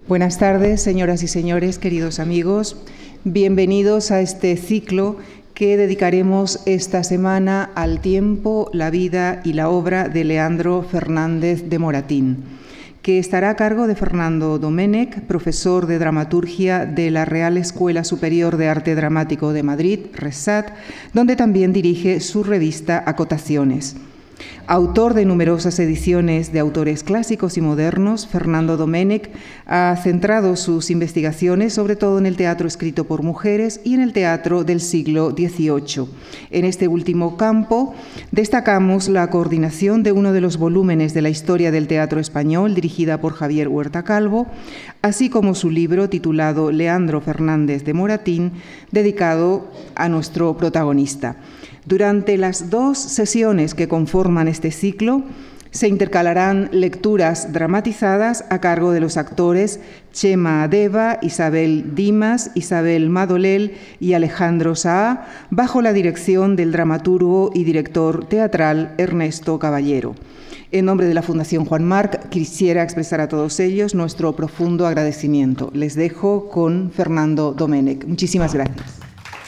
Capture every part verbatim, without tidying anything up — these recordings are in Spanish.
Buenas tardes, señoras y señores, queridos amigos. Bienvenidos a este ciclo que dedicaremos esta semana al tiempo, la vida y la obra de Leandro Fernández de Moratín, que estará a cargo de Fernando Domènech, profesor de dramaturgia de la Real Escuela Superior de Arte Dramático de Madrid, RESAT, donde también dirige su revista Acotaciones. Autor de numerosas ediciones de autores clásicos y modernos, Fernando Domènech ha centrado sus investigaciones sobre todo en el teatro escrito por mujeres y en el teatro del siglo dieciocho. En este último campo destacamos la coordinación de uno de los volúmenes de la historia del teatro español, dirigida por Javier Huerta Calvo, así como su libro titulado Leandro Fernández de Moratín, dedicado a nuestro protagonista. Durante las dos sesiones que conforman este ciclo, se intercalarán lecturas dramatizadas a cargo de los actores Chema Adeba, Isabel Dimas, Isabel Madolell y Alejandro Saa, bajo la dirección del dramaturgo y director teatral Ernesto Caballero. En nombre de la Fundación Juan Marc, quisiera expresar a todos ellos nuestro profundo agradecimiento. Les dejo con Fernando Domènech. Muchísimas gracias.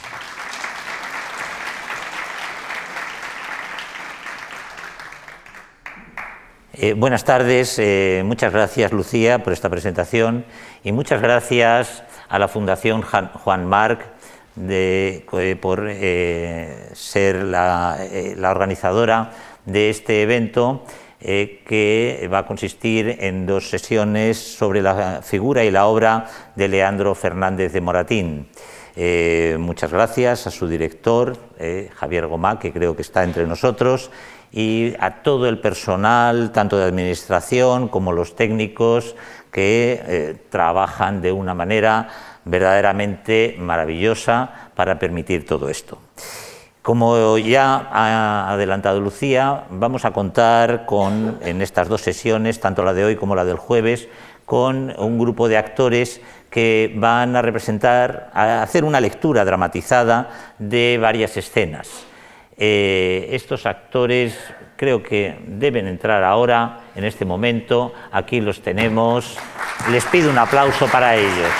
Eh, buenas tardes, eh, muchas gracias Lucía por esta presentación y muchas gracias a la Fundación Juan Marc de, eh, por eh, ser la, eh, la organizadora de este evento eh, que va a consistir en dos sesiones sobre la figura y la obra de Leandro Fernández de Moratín. Eh, muchas gracias a su director, eh, Javier Gomá, que creo que está entre nosotros, y a todo el personal, tanto de administración como los técnicos, que eh, trabajan de una manera verdaderamente maravillosa para permitir todo esto. Como ya ha adelantado Lucía, vamos a contar con, en estas dos sesiones, tanto la de hoy como la del jueves, con un grupo de actores que van a representar, a hacer una lectura dramatizada de varias escenas. Eh, estos actores creo que deben entrar ahora, en este momento. Aquí los tenemos. Les pido un aplauso para ellos.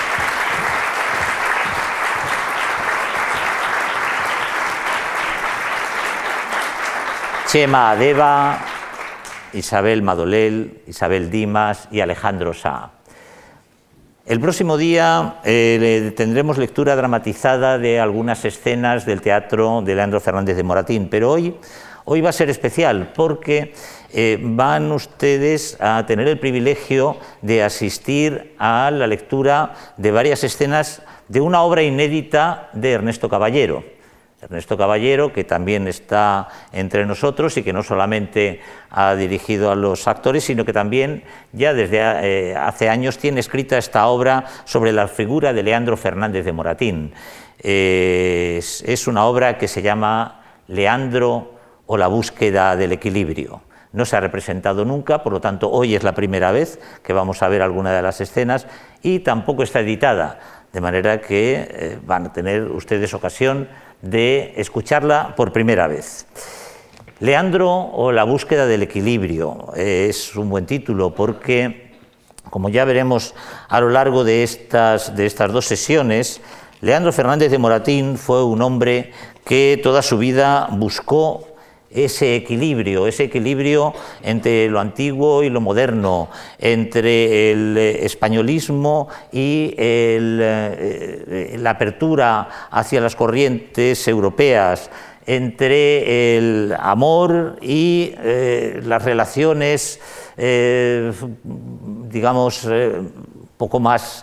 Chema Adeba, Isabel Madolell, Isabel Dimas y Alejandro Saa. El próximo día eh, tendremos lectura dramatizada de algunas escenas del teatro de Leandro Fernández de Moratín, pero hoy, hoy va a ser especial porque eh, van ustedes a tener el privilegio de asistir a la lectura de varias escenas de una obra inédita de Ernesto Caballero. Ernesto Caballero, que también está entre nosotros y que no solamente ha dirigido a los actores, sino que también ya desde eh, hace años tiene escrita esta obra sobre la figura de Leandro Fernández de Moratín. Eh, es, es una obra que se llama Leandro o la búsqueda del equilibrio. No se ha representado nunca, por lo tanto hoy es la primera vez que vamos a ver alguna de las escenas y tampoco está editada, de manera que eh, van a tener ustedes ocasión de escucharla por primera vez. Leandro o la búsqueda del equilibrio eh, es un buen título porque, como ya veremos a lo largo de estas, de estas dos sesiones, Leandro Fernández de Moratín fue un hombre que toda su vida buscó ese equilibrio, ese equilibrio entre lo antiguo y lo moderno, entre el españolismo y el, eh, la apertura hacia las corrientes europeas, entre el amor y eh, las relaciones, eh, digamos, eh, poco más...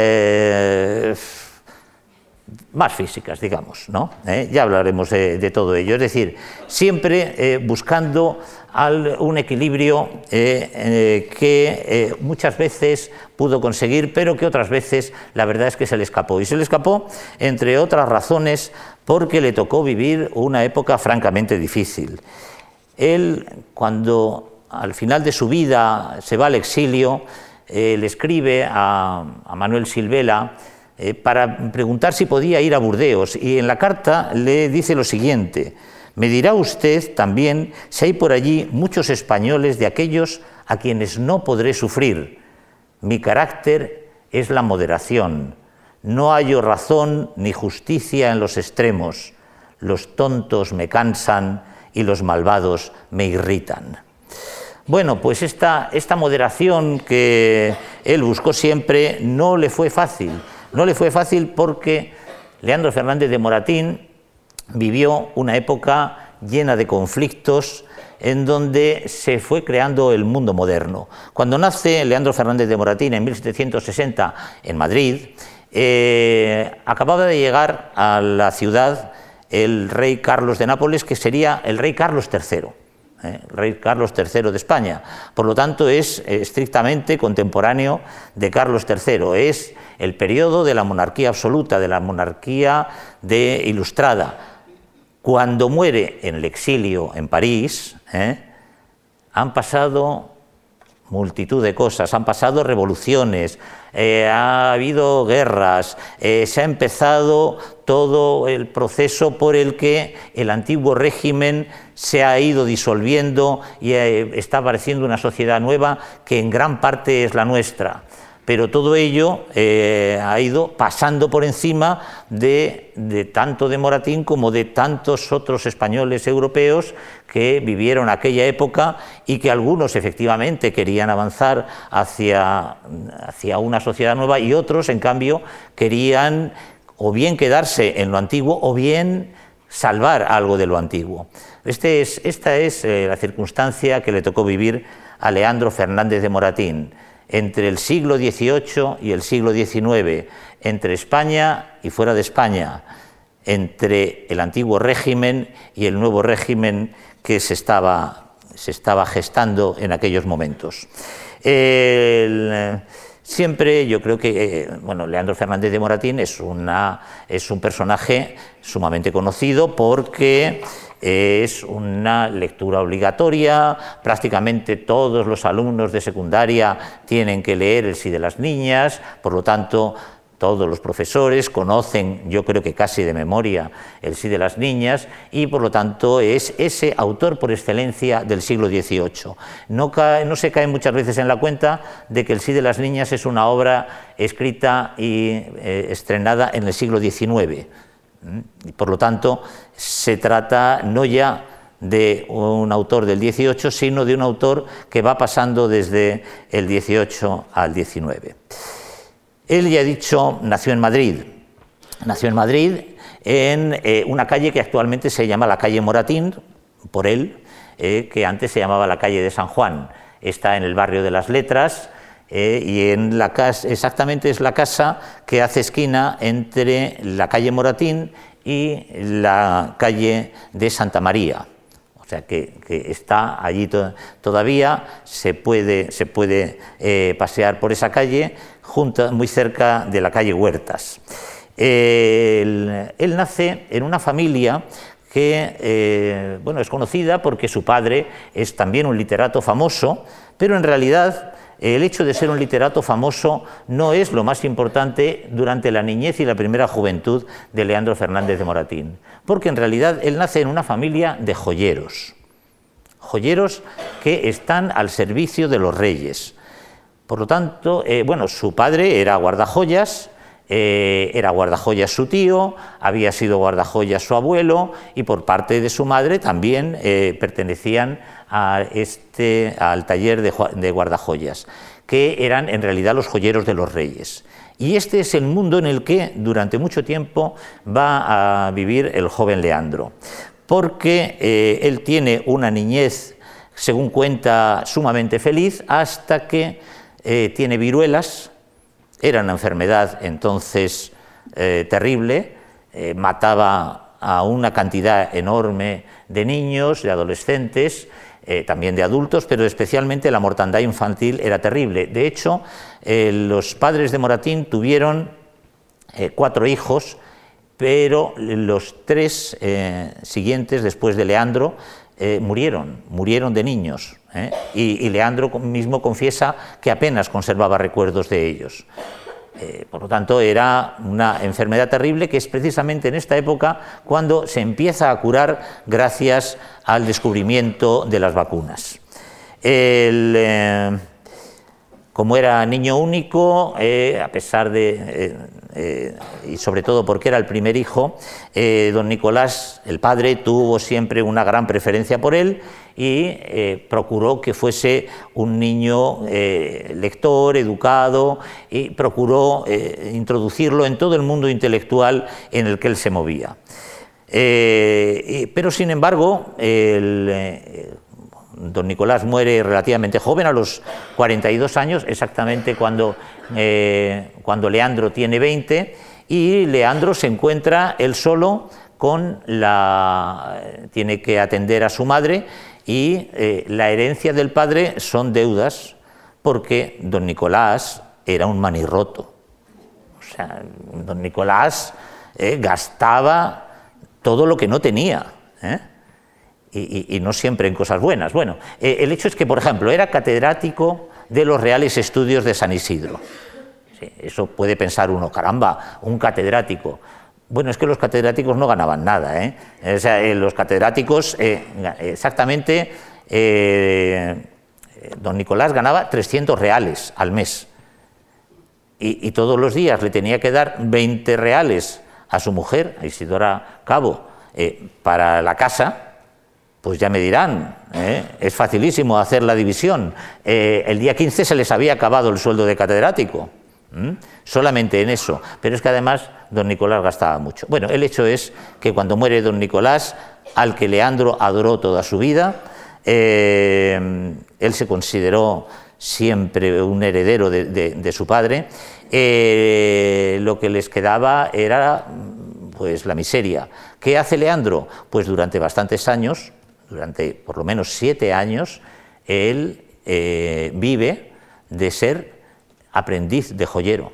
Eh, más físicas, digamos, ¿no? ¿Eh? Ya hablaremos de, de todo ello. Es decir, siempre eh, buscando al, un equilibrio eh, eh, que eh, muchas veces pudo conseguir, pero que otras veces la verdad es que se le escapó. Y se le escapó, entre otras razones, porque le tocó vivir una época francamente difícil. Él, cuando al final de su vida se va al exilio, eh, le escribe a, a Manuel Silvela Eh, para preguntar si podía ir a Burdeos, y en la carta le dice lo siguiente: me dirá usted también si hay por allí muchos españoles de aquellos a quienes no podré sufrir. Mi carácter es la moderación. No hallo razón ni justicia en los extremos. Los tontos me cansan y los malvados me irritan. Bueno, pues esta, esta moderación que él buscó siempre no le fue fácil. No le fue fácil porque Leandro Fernández de Moratín vivió una época llena de conflictos en donde se fue creando el mundo moderno. Cuando nace Leandro Fernández de Moratín en mil setecientos sesenta en Madrid, eh, acababa de llegar a la ciudad el rey Carlos de Nápoles, que sería el rey Carlos tercero, eh, el rey Carlos tercero de España. Por lo tanto, es eh, estrictamente contemporáneo de Carlos tercero. Es el periodo de la monarquía absoluta, de la monarquía de ilustrada. Cuando muere en el exilio en París, eh, han pasado multitud de cosas, han pasado revoluciones, eh, ha habido guerras, eh, se ha empezado todo el proceso por el que el antiguo régimen se ha ido disolviendo y eh, está apareciendo una sociedad nueva que en gran parte es la nuestra. Pero todo ello eh, ha ido pasando por encima de, de tanto de Moratín como de tantos otros españoles europeos que vivieron aquella época y que algunos efectivamente querían avanzar hacia, hacia una sociedad nueva y otros, en cambio, querían o bien quedarse en lo antiguo o bien salvar algo de lo antiguo. Este es, esta es eh, la circunstancia que le tocó vivir a Leandro Fernández de Moratín. Entre el siglo dieciocho y el siglo diecinueve, entre España y fuera de España, entre el antiguo régimen y el nuevo régimen que se estaba, se estaba gestando en aquellos momentos. El, siempre yo creo que eh, bueno, Leandro Fernández de Moratín es, una, es un personaje sumamente conocido porque es una lectura obligatoria, prácticamente todos los alumnos de secundaria tienen que leer El sí de las niñas, por lo tanto todos los profesores conocen, yo creo que casi de memoria, El sí de las niñas y por lo tanto es ese autor por excelencia del siglo dieciocho. No, cae, no se cae muchas veces en la cuenta de que El sí de las niñas es una obra escrita y eh, estrenada en el siglo diecinueve. Y por lo tanto, se trata no ya de un autor del dieciocho, sino de un autor que va pasando desde el dieciocho al diecinueve. Él, ya he dicho, nació en Madrid. Nació en Madrid en eh, una calle que actualmente se llama la calle Moratín, por él, eh, que antes se llamaba la calle de San Juan. Está en el barrio de las Letras. Eh, y en la casa, exactamente es la casa que hace esquina entre la calle Moratín y la calle de Santa María. O sea que, que está allí to todavía, se puede, se puede eh, pasear por esa calle, junto, muy cerca de la calle Huertas. Eh, él, él nace en una familia que eh, bueno, es conocida porque su padre es también un literato famoso, pero en realidad el hecho de ser un literato famoso no es lo más importante durante la niñez y la primera juventud de Leandro Fernández de Moratín, porque en realidad él nace en una familia de joyeros, joyeros que están al servicio de los reyes. Por lo tanto, eh, bueno, su padre era guardajoyas, eh, era guardajoyas su tío, había sido guardajoyas su abuelo y por parte de su madre también eh, pertenecían a este, al taller de, de guardajoyas, que eran en realidad los joyeros de los reyes. Y este es el mundo en el que durante mucho tiempo va a vivir el joven Leandro, porque eh, él tiene una niñez, según cuenta, sumamente feliz, hasta que eh, tiene viruelas. Era una enfermedad entonces eh, terrible, eh, mataba a una cantidad enorme de niños, de adolescentes, eh, también de adultos, pero especialmente la mortandad infantil era terrible. De hecho, eh, los padres de Moratín tuvieron eh, cuatro hijos, pero los tres eh, siguientes, después de Leandro, eh, murieron, murieron de niños. ¿eh? Y, y Leandro mismo confiesa que apenas conservaba recuerdos de ellos. Eh, por lo tanto, era una enfermedad terrible que es precisamente en esta época cuando se empieza a curar gracias al descubrimiento de las vacunas. El, eh, como era niño único, eh, a pesar de, eh, eh, y sobre todo porque era el primer hijo, eh, don Nicolás, el padre, tuvo siempre una gran preferencia por él y eh, procuró que fuese un niño eh, lector, educado, y procuró eh, introducirlo en todo el mundo intelectual en el que él se movía. Eh, pero, sin embargo, el... Eh, don Nicolás muere relativamente joven, a los cuarenta y dos años, exactamente cuando, eh, cuando Leandro tiene veinte, y Leandro se encuentra él solo con la... tiene que atender a su madre, y eh, la herencia del padre son deudas, porque don Nicolás era un manirroto. O sea, don Nicolás eh, gastaba todo lo que no tenía, ¿eh? Y, y, y no siempre en cosas buenas. Bueno, eh, el hecho es que, por ejemplo, era catedrático de los Reales Estudios de San Isidro. Sí, eso puede pensar uno, caramba, un catedrático. Bueno, es que los catedráticos no ganaban nada, ¿eh? O sea, eh, los catedráticos, eh, exactamente, eh, don Nicolás ganaba trescientos reales al mes. Y, y todos los días le tenía que dar veinte reales a su mujer, a Isidora Cabo, eh, para la casa. Pues ya me dirán, ¿eh? Es facilísimo hacer la división. Eh, el día quince se les había acabado el sueldo de catedrático, ¿Mm? solamente en eso. Pero es que además don Nicolás gastaba mucho. Bueno, el hecho es que cuando muere don Nicolás, al que Leandro adoró toda su vida, eh, él se consideró siempre un heredero de, de, de su padre, eh, lo que les quedaba era pues la miseria. ¿Qué hace Leandro? Pues durante bastantes años, durante por lo menos siete años, él eh, vive de ser aprendiz de joyero.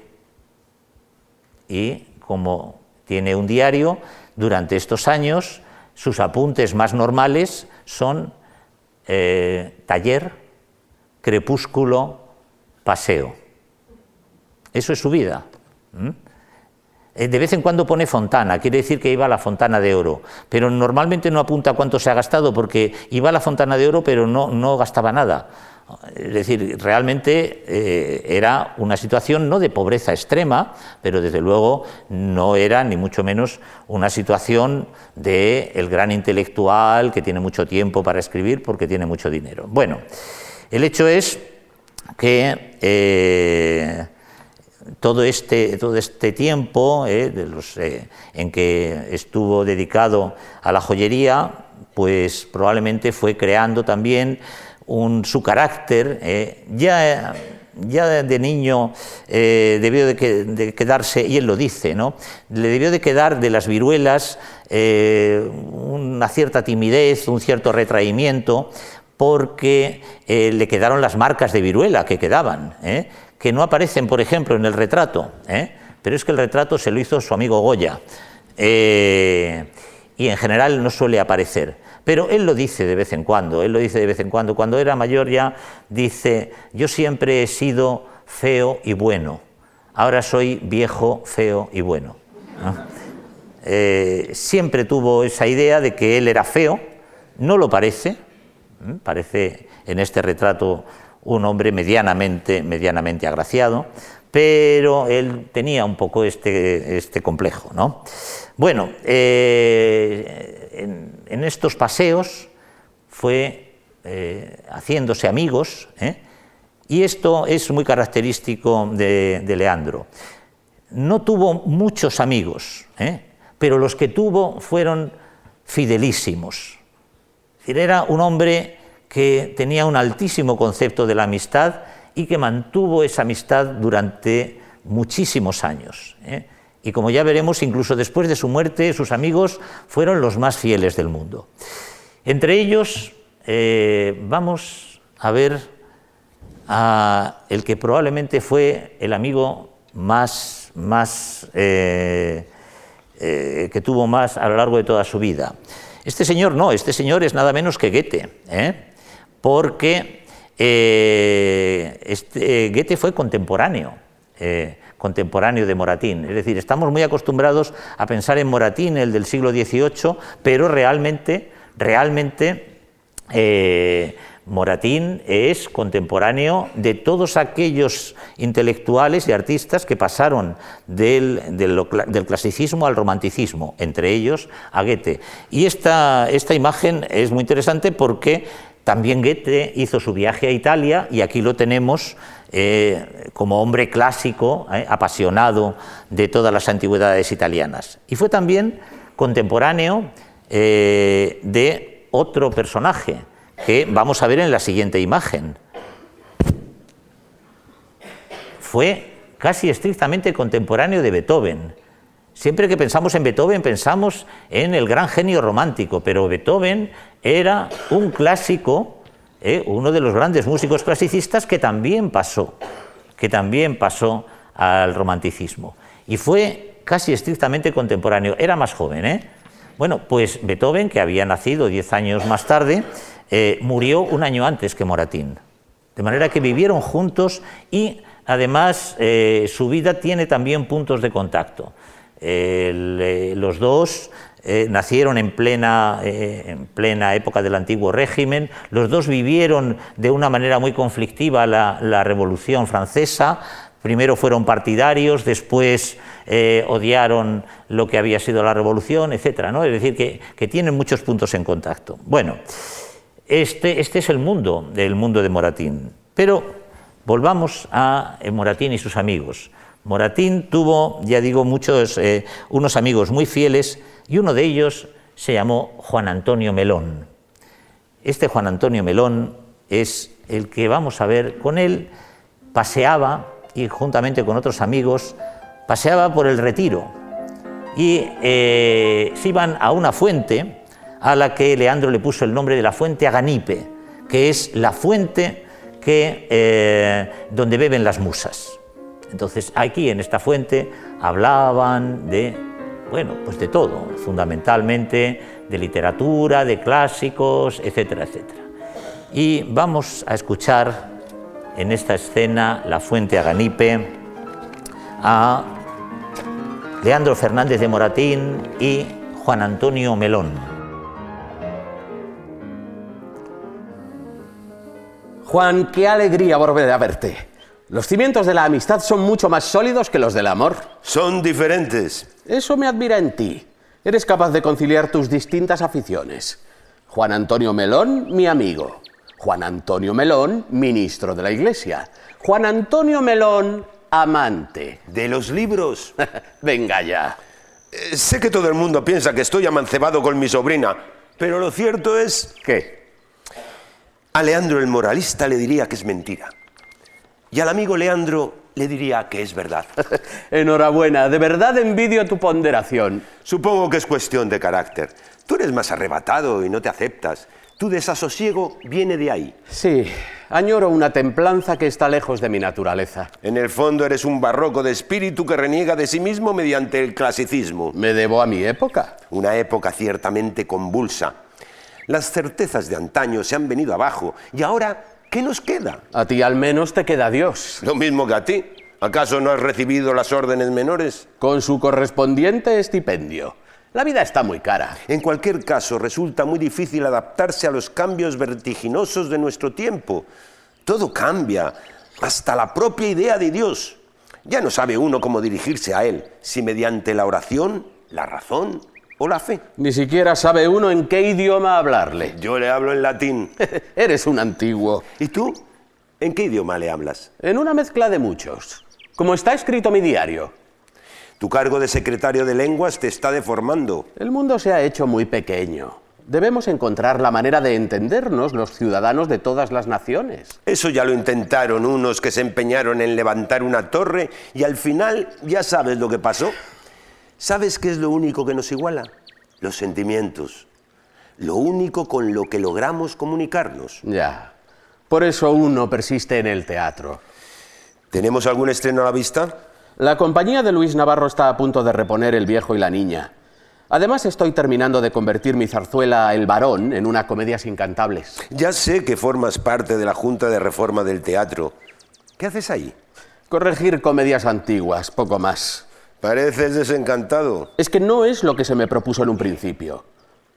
Y como tiene un diario, durante estos años sus apuntes más normales son eh, taller, crepúsculo, paseo. Eso es su vida. ¿Mm? De vez en cuando pone fontana, quiere decir que iba a la Fontana de Oro, pero normalmente no apunta cuánto se ha gastado, porque iba a la Fontana de Oro pero no, no gastaba nada. Es decir, realmente eh, era una situación no de pobreza extrema, pero desde luego no era ni mucho menos una situación de el gran intelectual que tiene mucho tiempo para escribir porque tiene mucho dinero. Bueno, el hecho es que eh, Todo este, todo este tiempo eh, de los, eh, en que estuvo dedicado a la joyería, pues probablemente fue creando también un, su carácter. Eh, ya, ya de niño eh, debió de, que, de quedarse, y él lo dice, ¿no? Le debió de quedar de las viruelas eh, una cierta timidez, un cierto retraimiento, porque eh, le quedaron las marcas de viruela que quedaban, ¿eh? que no aparecen, por ejemplo, en el retrato, ¿eh? pero es que el retrato se lo hizo su amigo Goya, eh, y en general no suele aparecer. Pero él lo dice de vez en cuando, él lo dice de vez en cuando. Cuando era mayor ya dice: yo siempre he sido feo y bueno, ahora soy viejo, feo y bueno. ¿No? Eh, siempre tuvo esa idea de que él era feo, no lo parece, ¿eh? Parece en este retrato un hombre medianamente, medianamente agraciado, pero él tenía un poco este, este complejo, ¿no? Bueno, eh, en, en estos paseos fue eh, haciéndose amigos, ¿eh? y esto es muy característico de, de Leandro. No tuvo muchos amigos, ¿eh? pero los que tuvo fueron fidelísimos. Es decir, era un hombre que tenía un altísimo concepto de la amistad y que mantuvo esa amistad durante muchísimos años, ¿eh? Y como ya veremos, incluso después de su muerte, sus amigos fueron los más fieles del mundo. Entre ellos, eh, vamos a ver a el que probablemente fue el amigo más, más eh, eh, que tuvo más a lo largo de toda su vida. Este señor no, este señor es nada menos que Goethe, ¿eh? porque eh, este, Goethe fue contemporáneo, eh, contemporáneo de Moratín. Es decir, estamos muy acostumbrados a pensar en Moratín, el del siglo dieciocho, pero realmente, realmente eh, Moratín es contemporáneo de todos aquellos intelectuales y artistas que pasaron del, del, del clasicismo al romanticismo, entre ellos a Goethe. Y esta, esta imagen es muy interesante porque también Goethe hizo su viaje a Italia y aquí lo tenemos eh, como hombre clásico, eh, apasionado de todas las antigüedades italianas. Y fue también contemporáneo eh, de otro personaje que vamos a ver en la siguiente imagen. Fue casi estrictamente contemporáneo de Beethoven. Siempre que pensamos en Beethoven pensamos en el gran genio romántico, pero Beethoven era un clásico, eh, uno de los grandes músicos clasicistas que también pasó, que también pasó al romanticismo. Y fue casi estrictamente contemporáneo, era más joven, ¿eh? Bueno, pues Beethoven, que había nacido diez años más tarde, Eh, murió un año antes que Moratín, de manera que vivieron juntos y además eh, su vida tiene también puntos de contacto. El, eh, los dos eh, nacieron en plena, eh, en plena época del antiguo régimen, los dos vivieron de una manera muy conflictiva la, la Revolución Francesa. Primero fueron partidarios, después eh, odiaron lo que había sido la Revolución, etcétera, ¿no? Es decir, que, que tienen muchos puntos en contacto. Bueno, Este, este es el mundo, el mundo de Moratín. Pero volvamos a Moratín y sus amigos. Moratín tuvo, ya digo, muchos, eh, unos amigos muy fieles y uno de ellos se llamó Juan Antonio Melón. Este Juan Antonio Melón es el que vamos a ver. Con él paseaba y juntamente con otros amigos paseaba por el Retiro y eh, se iban a una fuente a la que Leandro le puso el nombre de la fuente Aganipe, que es la fuente que, eh, donde beben las musas. Entonces, aquí en esta fuente hablaban de, bueno, pues de todo, fundamentalmente de literatura, de clásicos, etcétera, etcétera. Y vamos a escuchar en esta escena la fuente Aganipe a Leandro Fernández de Moratín y Juan Antonio Melón. Juan, qué alegría volver a verte. Los cimientos de la amistad son mucho más sólidos que los del amor. Son diferentes. Eso me admira en ti. Eres capaz de conciliar tus distintas aficiones. Juan Antonio Melón, mi amigo. Juan Antonio Melón, ministro de la Iglesia. Juan Antonio Melón, amante. ¿De los libros? Venga ya. Eh, sé que todo el mundo piensa que estoy amancebado con mi sobrina, pero lo cierto es... ¿Qué? A Leandro el moralista le diría que es mentira. Y al amigo Leandro le diría que es verdad. Enhorabuena, de verdad envidio tu ponderación. Supongo que es cuestión de carácter. Tú eres más arrebatado y no te aceptas. Tu desasosiego viene de ahí. Sí, añoro una templanza que está lejos de mi naturaleza. En el fondo eres un barroco de espíritu que reniega de sí mismo mediante el clasicismo. Me debo a mi época. Una época ciertamente convulsa. Las certezas de antaño se han venido abajo y ahora, ¿qué nos queda? A ti al menos te queda Dios. Lo mismo que a ti. ¿Acaso no has recibido las órdenes menores? Con su correspondiente estipendio. La vida está muy cara. En cualquier caso, resulta muy difícil adaptarse a los cambios vertiginosos de nuestro tiempo. Todo cambia, hasta la propia idea de Dios. Ya no sabe uno cómo dirigirse a Él, si mediante la oración, la razón o la fe. Ni siquiera sabe uno en qué idioma hablarle. Yo le hablo en latín. Eres un antiguo. ¿Y tú? ¿En qué idioma le hablas? En una mezcla de muchos. Como está escrito mi diario. Tu cargo de secretario de lenguas te está deformando. El mundo se ha hecho muy pequeño. Debemos encontrar la manera de entendernos los ciudadanos de todas las naciones. Eso ya lo intentaron unos que se empeñaron en levantar una torre y al final ya sabes lo que pasó. ¿Sabes qué es lo único que nos iguala? Los sentimientos. Lo único con lo que logramos comunicarnos. Ya. Por eso uno persiste en el teatro. ¿Tenemos algún estreno a la vista? La compañía de Luis Navarro está a punto de reponer El viejo y la niña. Además, estoy terminando de convertir mi zarzuela El varón en una comedia sin cantables. Ya sé que formas parte de la Junta de Reforma del Teatro. ¿Qué haces ahí? Corregir comedias antiguas, poco más. Pareces desencantado. Es que no es lo que se me propuso en un principio.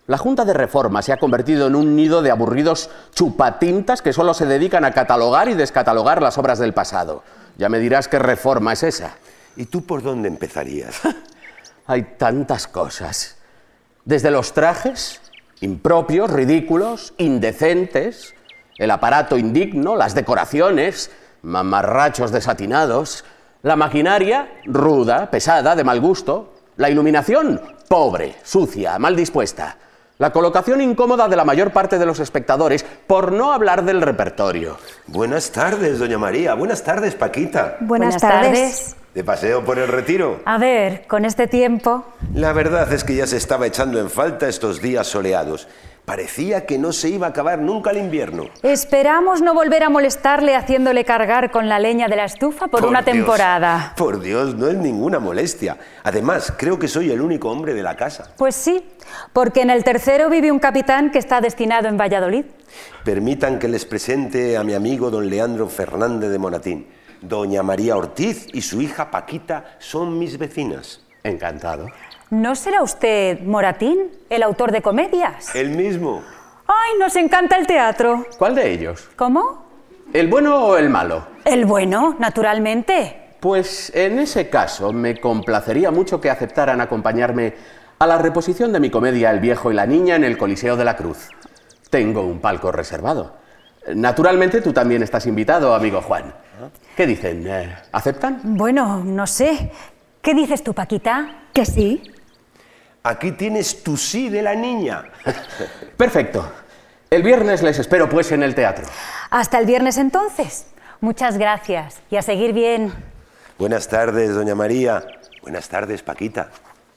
La Junta de Reforma se ha convertido en un nido de aburridos chupatintas que solo se dedican a catalogar y descatalogar las obras del pasado. Ya me dirás qué reforma es esa. ¿Y tú por dónde empezarías? Hay tantas cosas. Desde los trajes, impropios, ridículos, indecentes, el aparato indigno, las decoraciones, mamarrachos desatinados, la maquinaria, ruda, pesada, de mal gusto, la iluminación, pobre, sucia, mal dispuesta, la colocación incómoda de la mayor parte de los espectadores, por no hablar del repertorio. Buenas tardes, doña María. Buenas tardes, Paquita. Buenas, Buenas tardes. tardes. ¿De paseo por el Retiro? A ver, con este tiempo... La verdad es que ya se estaba echando en falta estos días soleados. Parecía que no se iba a acabar nunca el invierno. Esperamos no volver a molestarle haciéndole cargar con la leña de la estufa por, por una Dios, temporada. Por Dios, no es ninguna molestia. Además, creo que soy el único hombre de la casa. Pues sí, porque en el tercero vive un capitán que está destinado en Valladolid. Permitan que les presente a mi amigo don Leandro Fernández de Moratín. Doña María Ortiz y su hija Paquita son mis vecinas. Encantado. ¿No será usted Moratín, el autor de comedias? El mismo. ¡Ay, nos encanta el teatro! ¿Cuál de ellos? ¿Cómo? ¿El bueno o el malo? El bueno, naturalmente. Pues en ese caso me complacería mucho que aceptaran acompañarme a la reposición de mi comedia El viejo y la niña en el Coliseo de la Cruz. Tengo un palco reservado. Naturalmente tú también estás invitado, amigo Juan. ¿Qué dicen? Eh, ¿Aceptan? Bueno, no sé. ¿Qué dices tú, Paquita? ¿Que sí? Aquí tienes tu sí de la niña. Perfecto. El viernes les espero pues en el teatro. Hasta el viernes entonces. Muchas gracias y a seguir bien. Buenas tardes, doña María. Buenas tardes, Paquita.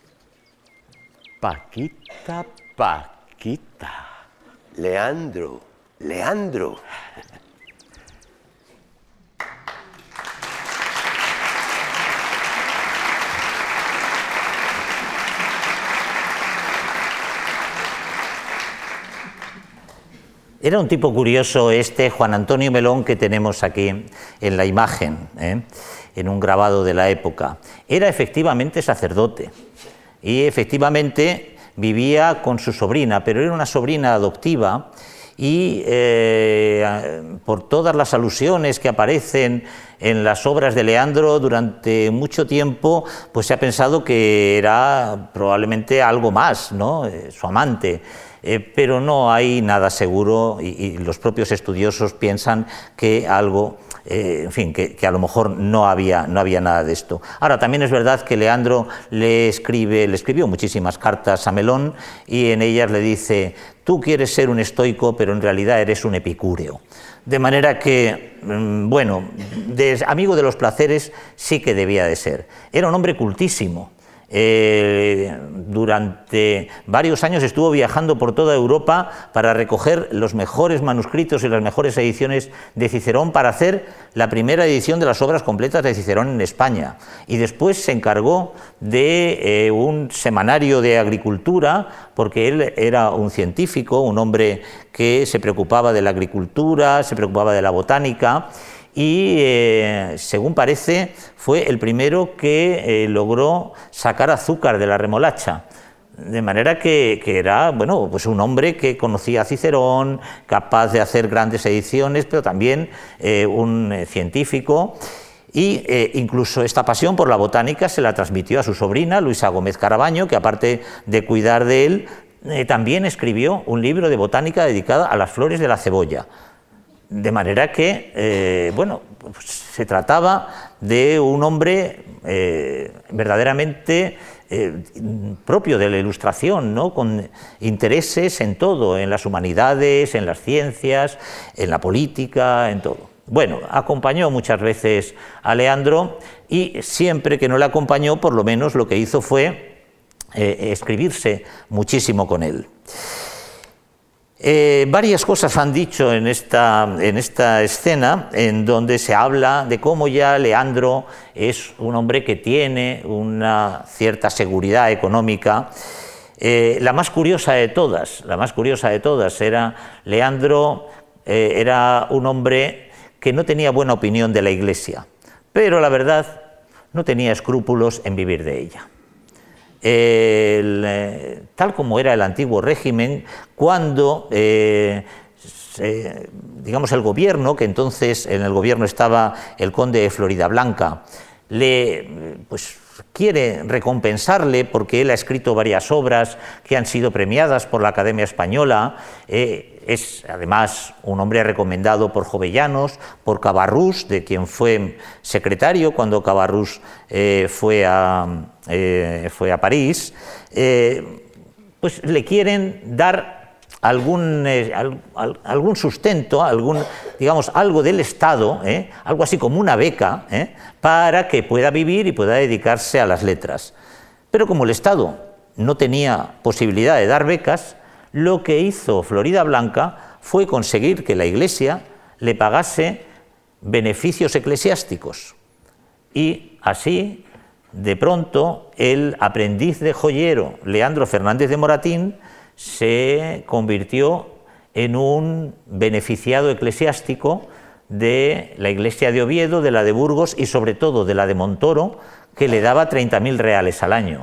Paquita, Paquita. Leandro, Leandro. Era un tipo curioso este Juan Antonio Melón que tenemos aquí en la imagen, ¿eh? en un grabado de la época. Era efectivamente sacerdote y efectivamente vivía con su sobrina, pero era una sobrina adoptiva y eh, por todas las alusiones que aparecen en las obras de Leandro durante mucho tiempo, pues se ha pensado que era probablemente algo más, ¿no? Eh, su amante. Eh, pero no hay nada seguro y, y los propios estudiosos piensan que algo, eh, en fin, que, que a lo mejor no había, no había nada de esto. Ahora, también es verdad que Leandro le, escribe, le escribió muchísimas cartas a Melón y en ellas le dice: tú quieres ser un estoico, pero en realidad eres un epicúreo. De manera que, bueno, de amigo de los placeres sí que debía de ser. Era un hombre cultísimo. Eh, durante varios años estuvo viajando por toda Europa para recoger los mejores manuscritos y las mejores ediciones de Cicerón para hacer la primera edición de las obras completas de Cicerón en España, y después se encargó de eh, un semanario de agricultura, porque él era un científico, un hombre que se preocupaba de la agricultura, se preocupaba de la botánica, y eh, según parece fue el primero que eh, logró sacar azúcar de la remolacha, de manera que, que era, bueno, pues un hombre que conocía a Cicerón, capaz de hacer grandes ediciones, pero también eh, un eh, científico, y eh, incluso esta pasión por la botánica se la transmitió a su sobrina Luisa Gómez Carabaño, que aparte de cuidar de él, eh, también escribió un libro de botánica dedicado a las flores de la cebolla. De manera que, eh, bueno, pues se trataba de un hombre eh, verdaderamente eh, propio de la Ilustración, ¿no? Con intereses en todo, en las humanidades, en las ciencias, en la política, en todo. Bueno, acompañó muchas veces a Leandro y siempre que no le acompañó, por lo menos lo que hizo fue eh, escribirse muchísimo con él. Eh, varias cosas han dicho en esta, en esta escena, en donde se habla de cómo ya Leandro es un hombre que tiene una cierta seguridad económica. Eh, la más curiosa de todas, la más curiosa de todas era Leandro, eh, era un hombre que no tenía buena opinión de la Iglesia, pero la verdad no tenía escrúpulos en vivir de ella. el, eh, tal como era el antiguo régimen, cuando eh, se, digamos el gobierno, que entonces en el gobierno estaba el conde de Floridablanca, le pues quiere recompensarle porque él ha escrito varias obras que han sido premiadas por la Academia Española. Eh, es además un hombre recomendado por Jovellanos, por Cabarrús, de quien fue secretario cuando Cabarrús eh, fue, a, eh, fue a París. Eh, pues le quieren dar algún, eh, al, al, algún sustento, algún, digamos, algo del Estado, ¿eh? algo así como una beca, ¿eh? para que pueda vivir y pueda dedicarse a las letras. Pero como el Estado no tenía posibilidad de dar becas, lo que hizo Floridablanca fue conseguir que la Iglesia le pagase beneficios eclesiásticos. Y así, de pronto, el aprendiz de joyero Leandro Fernández de Moratín se convirtió en un beneficiado eclesiástico de la iglesia de Oviedo, de la de Burgos y sobre todo de la de Montoro, que le daba treinta mil reales al año.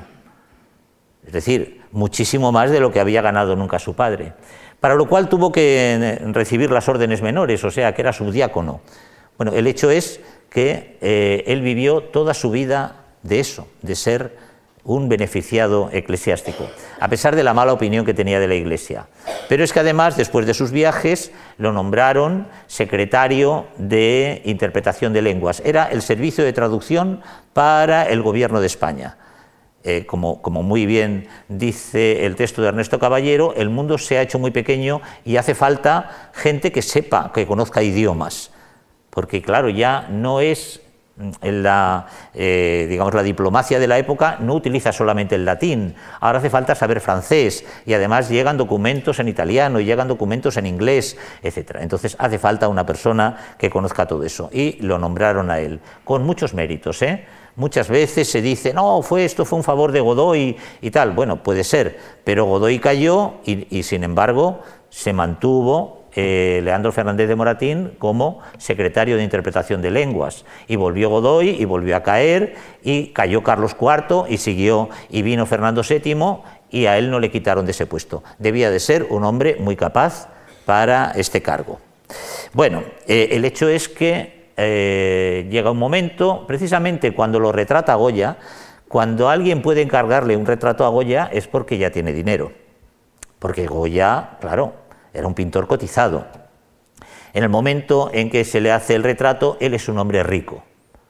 Es decir, muchísimo más de lo que había ganado nunca su padre. Para lo cual tuvo que recibir las órdenes menores, o sea, que era subdiácono. Bueno, el hecho es que eh, él vivió toda su vida de eso, de ser un beneficiado eclesiástico, a pesar de la mala opinión que tenía de la Iglesia. Pero es que además, después de sus viajes, lo nombraron secretario de interpretación de lenguas. Era el servicio de traducción para el gobierno de España. Eh, como, como muy bien dice el texto de Ernesto Caballero, el mundo se ha hecho muy pequeño y hace falta gente que sepa, que conozca idiomas. Porque claro, ya no es... La, eh, digamos, la diplomacia de la época no utiliza solamente el latín, ahora hace falta saber francés y además llegan documentos en italiano y llegan documentos en inglés, etcétera. Entonces hace falta una persona que conozca todo eso y lo nombraron a él, con muchos méritos, ¿eh? Muchas veces se dice, no, fue esto fue un favor de Godoy y tal. Bueno, puede ser, pero Godoy cayó y, y sin embargo se mantuvo Eh, Leandro Fernández de Moratín como secretario de interpretación de lenguas, y volvió Godoy y volvió a caer y cayó Carlos cuarto y siguió y vino Fernando séptimo y a él no le quitaron de ese puesto. Debía de ser un hombre muy capaz para este cargo. Bueno, eh, el hecho es que eh, llega un momento, precisamente cuando lo retrata Goya, cuando alguien puede encargarle un retrato a Goya es porque ya tiene dinero, porque Goya, claro, era un pintor cotizado. En el momento en que se le hace el retrato, él es un hombre rico.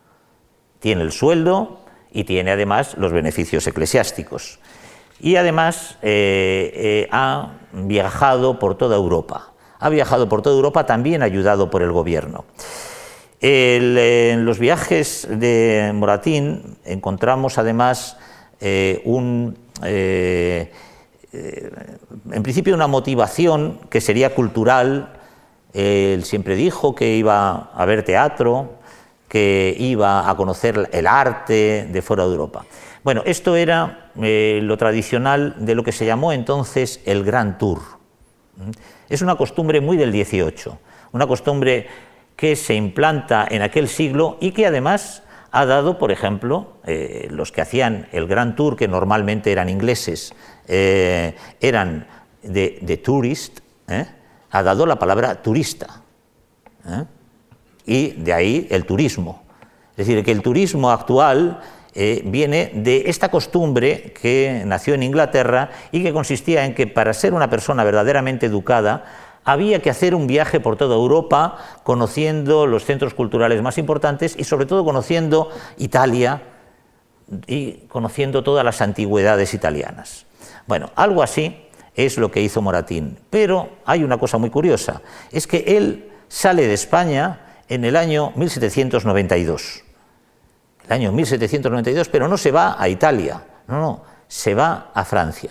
Tiene el sueldo y tiene además los beneficios eclesiásticos. Y además eh, eh, ha viajado por toda Europa. Ha viajado por toda Europa también ayudado por el gobierno. El, en los viajes de Moratín encontramos además eh, un... Eh, en principio una motivación que sería cultural. Él siempre dijo que iba a ver teatro, que iba a conocer el arte de fuera de Europa. Bueno, esto era eh, lo tradicional de lo que se llamó entonces el Gran Tour. Es una costumbre muy del dieciocho, una costumbre que se implanta en aquel siglo y que además ha dado, por ejemplo, eh, los que hacían el Gran Tour, que normalmente eran ingleses, eh, eran de, de tourist, ¿eh? ha dado la palabra turista, ¿eh? y de ahí el turismo. Es decir, que el turismo actual eh, viene de esta costumbre que nació en Inglaterra y que consistía en que para ser una persona verdaderamente educada había que hacer un viaje por toda Europa, conociendo los centros culturales más importantes y sobre todo conociendo Italia y conociendo todas las antigüedades italianas. Bueno, algo así es lo que hizo Moratín, pero hay una cosa muy curiosa, es que él sale de España en el año mil setecientos noventa y dos. El año mil setecientos noventa y dos, pero no se va a Italia, no, no, se va a Francia.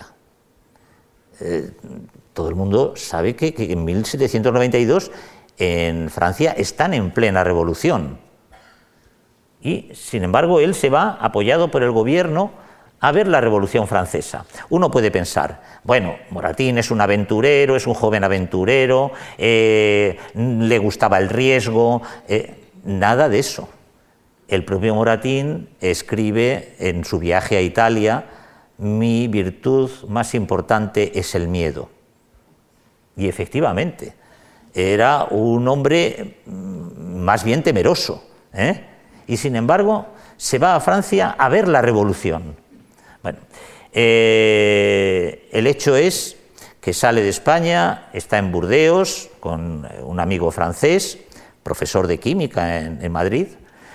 Eh, todo el mundo sabe que, que en mil setecientos noventa y dos en Francia están en plena revolución. Y, sin embargo, él se va apoyado por el gobierno a ver la Revolución Francesa. Uno puede pensar, bueno, Moratín es un aventurero, es un joven aventurero, eh, le gustaba el riesgo, eh, nada de eso. El propio Moratín escribe en su viaje a Italia mi virtud más importante es el miedo. Y efectivamente, era un hombre más bien temeroso, ¿eh? Y sin embargo se va a Francia a ver la revolución. Bueno, eh, el hecho es que sale de España, está en Burdeos con un amigo francés, profesor de química en, en Madrid,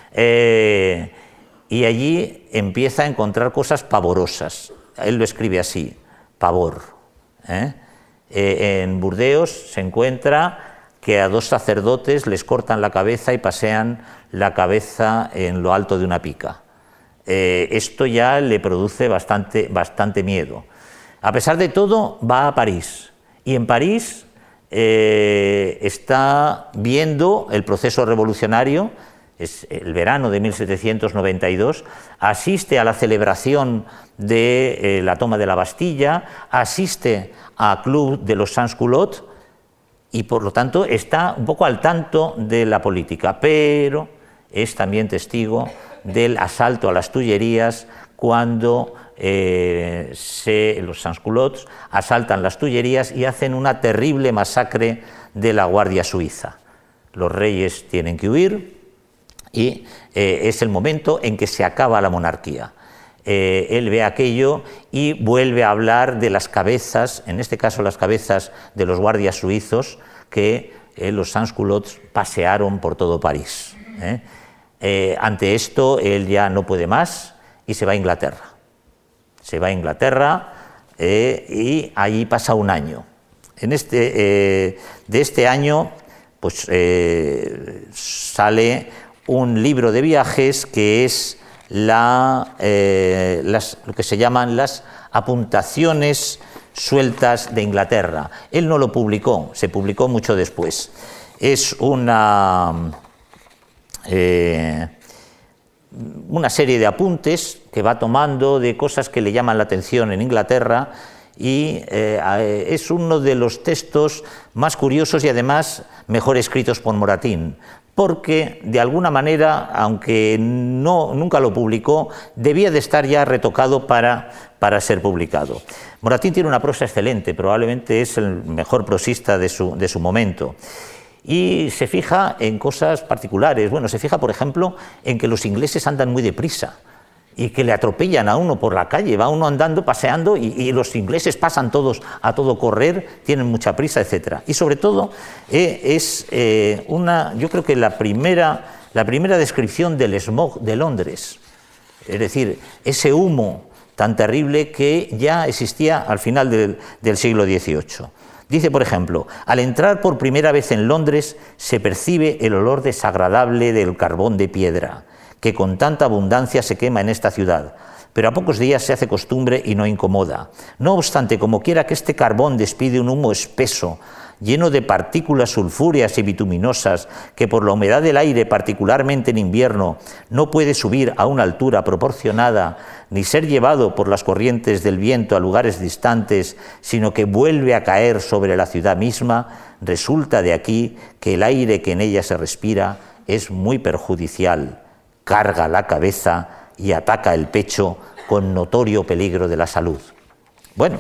eh, y allí empieza a encontrar cosas pavorosas. Él lo escribe así, pavor. ¿eh? Eh, en Burdeos se encuentra que a dos sacerdotes les cortan la cabeza y pasean la cabeza en lo alto de una pica. Eh, esto ya le produce bastante, bastante miedo. A pesar de todo, va a París, y en París eh, está viendo el proceso revolucionario. Es el verano de mil setecientos noventa y dos, asiste a la celebración de eh, la toma de la Bastilla, asiste al Club de los Sans-Culottes, y por lo tanto está un poco al tanto de la política, pero es también testigo del asalto a las Tullerías cuando eh, se, los Sans-Culottes asaltan las Tullerías y hacen una terrible masacre de la Guardia Suiza. Los reyes tienen que huir y eh, es el momento en que se acaba la monarquía. Eh, él ve aquello y vuelve a hablar de las cabezas, en este caso las cabezas de los guardias suizos que eh, los Sans-Culottes pasearon por todo París. ¿eh? Eh, ante esto él ya no puede más y se va a Inglaterra. Se va a Inglaterra eh, y allí pasa un año. En este, eh, de este año pues, eh, sale un libro de viajes que es La, eh, las, lo que se llaman las apuntaciones sueltas de Inglaterra. Él no lo publicó, se publicó mucho después. Es una, eh, una serie de apuntes que va tomando de cosas que le llaman la atención en Inglaterra y eh, es uno de los textos más curiosos y además mejor escritos por Moratín, porque de alguna manera, aunque no, nunca lo publicó, debía de estar ya retocado para, para ser publicado. Moratín tiene una prosa excelente, probablemente es el mejor prosista de su, de su momento, y se fija en cosas particulares. Bueno, se fija, por ejemplo, en que los ingleses andan muy deprisa y que le atropellan a uno por la calle, va uno andando, paseando, y, y los ingleses pasan todos a todo correr, tienen mucha prisa, etcétera. Y sobre todo eh, es eh, una, yo creo que la primera, la primera descripción del smog de Londres, es decir, ese humo tan terrible que ya existía al final del, del siglo dieciocho. Dice, por ejemplo, al entrar por primera vez en Londres se percibe el olor desagradable del carbón de piedra, que con tanta abundancia se quema en esta ciudad, pero a pocos días se hace costumbre y no incomoda. No obstante, como quiera que este carbón despide un humo espeso, lleno de partículas sulfúreas y bituminosas, que por la humedad del aire, particularmente en invierno, no puede subir a una altura proporcionada, ni ser llevado por las corrientes del viento a lugares distantes, sino que vuelve a caer sobre la ciudad misma, resulta de aquí que el aire que en ella se respira es muy perjudicial, carga la cabeza y ataca el pecho con notorio peligro de la salud. Bueno,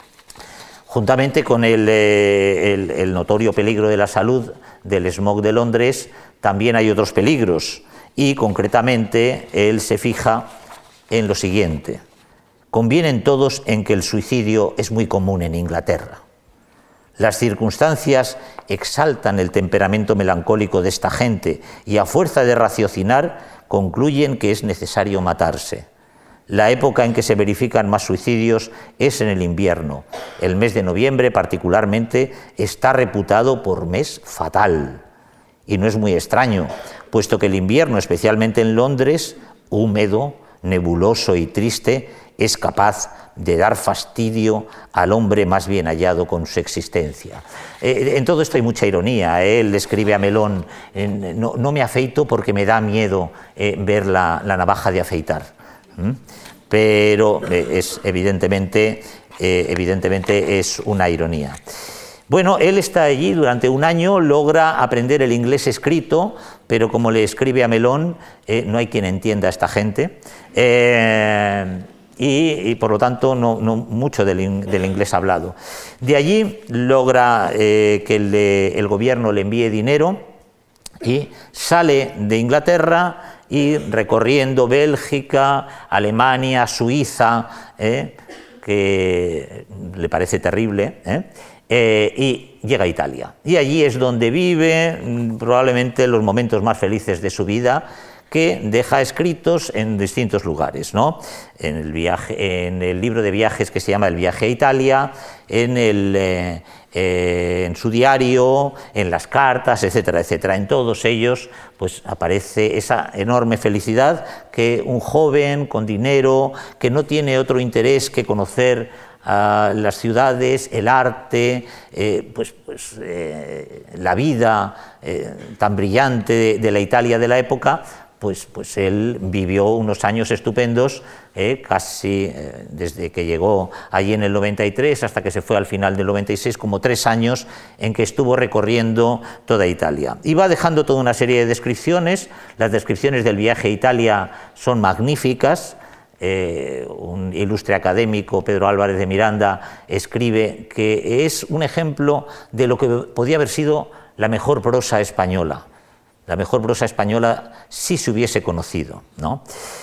juntamente con el, eh, el, el notorio peligro de la salud del smog de Londres, también hay otros peligros, y concretamente él se fija en lo siguiente: convienen todos en que el suicidio es muy común en Inglaterra. Las circunstancias exaltan el temperamento melancólico de esta gente y a fuerza de raciocinar concluyen que es necesario matarse. La época en que se verifican más suicidios es en el invierno. El mes de noviembre, particularmente, está reputado por mes fatal. Y no es muy extraño, puesto que el invierno, especialmente en Londres, húmedo, nebuloso y triste, es capaz de dar fastidio al hombre más bien hallado con su existencia. Eh, en todo esto hay mucha ironía. ¿eh? Él escribe a Melón, eh, no, no me afeito porque me da miedo eh, ver la, la navaja de afeitar. ¿Mm? Pero eh, es evidentemente, eh, evidentemente es una ironía. Bueno, él está allí durante un año, logra aprender el inglés escrito, pero como le escribe a Melón, eh, no hay quien entienda a esta gente. Eh, Y, y por lo tanto no, no mucho del, in, del inglés hablado. De allí logra eh, que el, el gobierno le envíe dinero y sale de Inglaterra y recorriendo Bélgica, Alemania, Suiza, eh, que le parece terrible, eh, eh, y llega a Italia. Y allí es donde vive probablemente los momentos más felices de su vida, que deja escritos en distintos lugares, ¿no? En el, viaje, en el libro de viajes que se llama El viaje a Italia, en, el, eh, eh, en su diario, en las cartas, etcétera, etcétera. En todos ellos pues, aparece esa enorme felicidad que un joven con dinero, que no tiene otro interés que conocer a las ciudades, el arte, eh, pues, pues, eh, la vida eh, tan brillante de, de la Italia de la época, Pues, pues él vivió unos años estupendos, eh, casi eh, desde que llegó allí en el noventa y tres hasta que se fue al final del noventa y seis, como tres años en que estuvo recorriendo toda Italia. Y va dejando toda una serie de descripciones. Las descripciones del viaje a Italia son magníficas. Eh, un ilustre académico, Pedro Álvarez de Miranda, escribe que es un ejemplo de lo que podía haber sido la mejor prosa española. La mejor prosa española si se hubiese conocido, ¿no?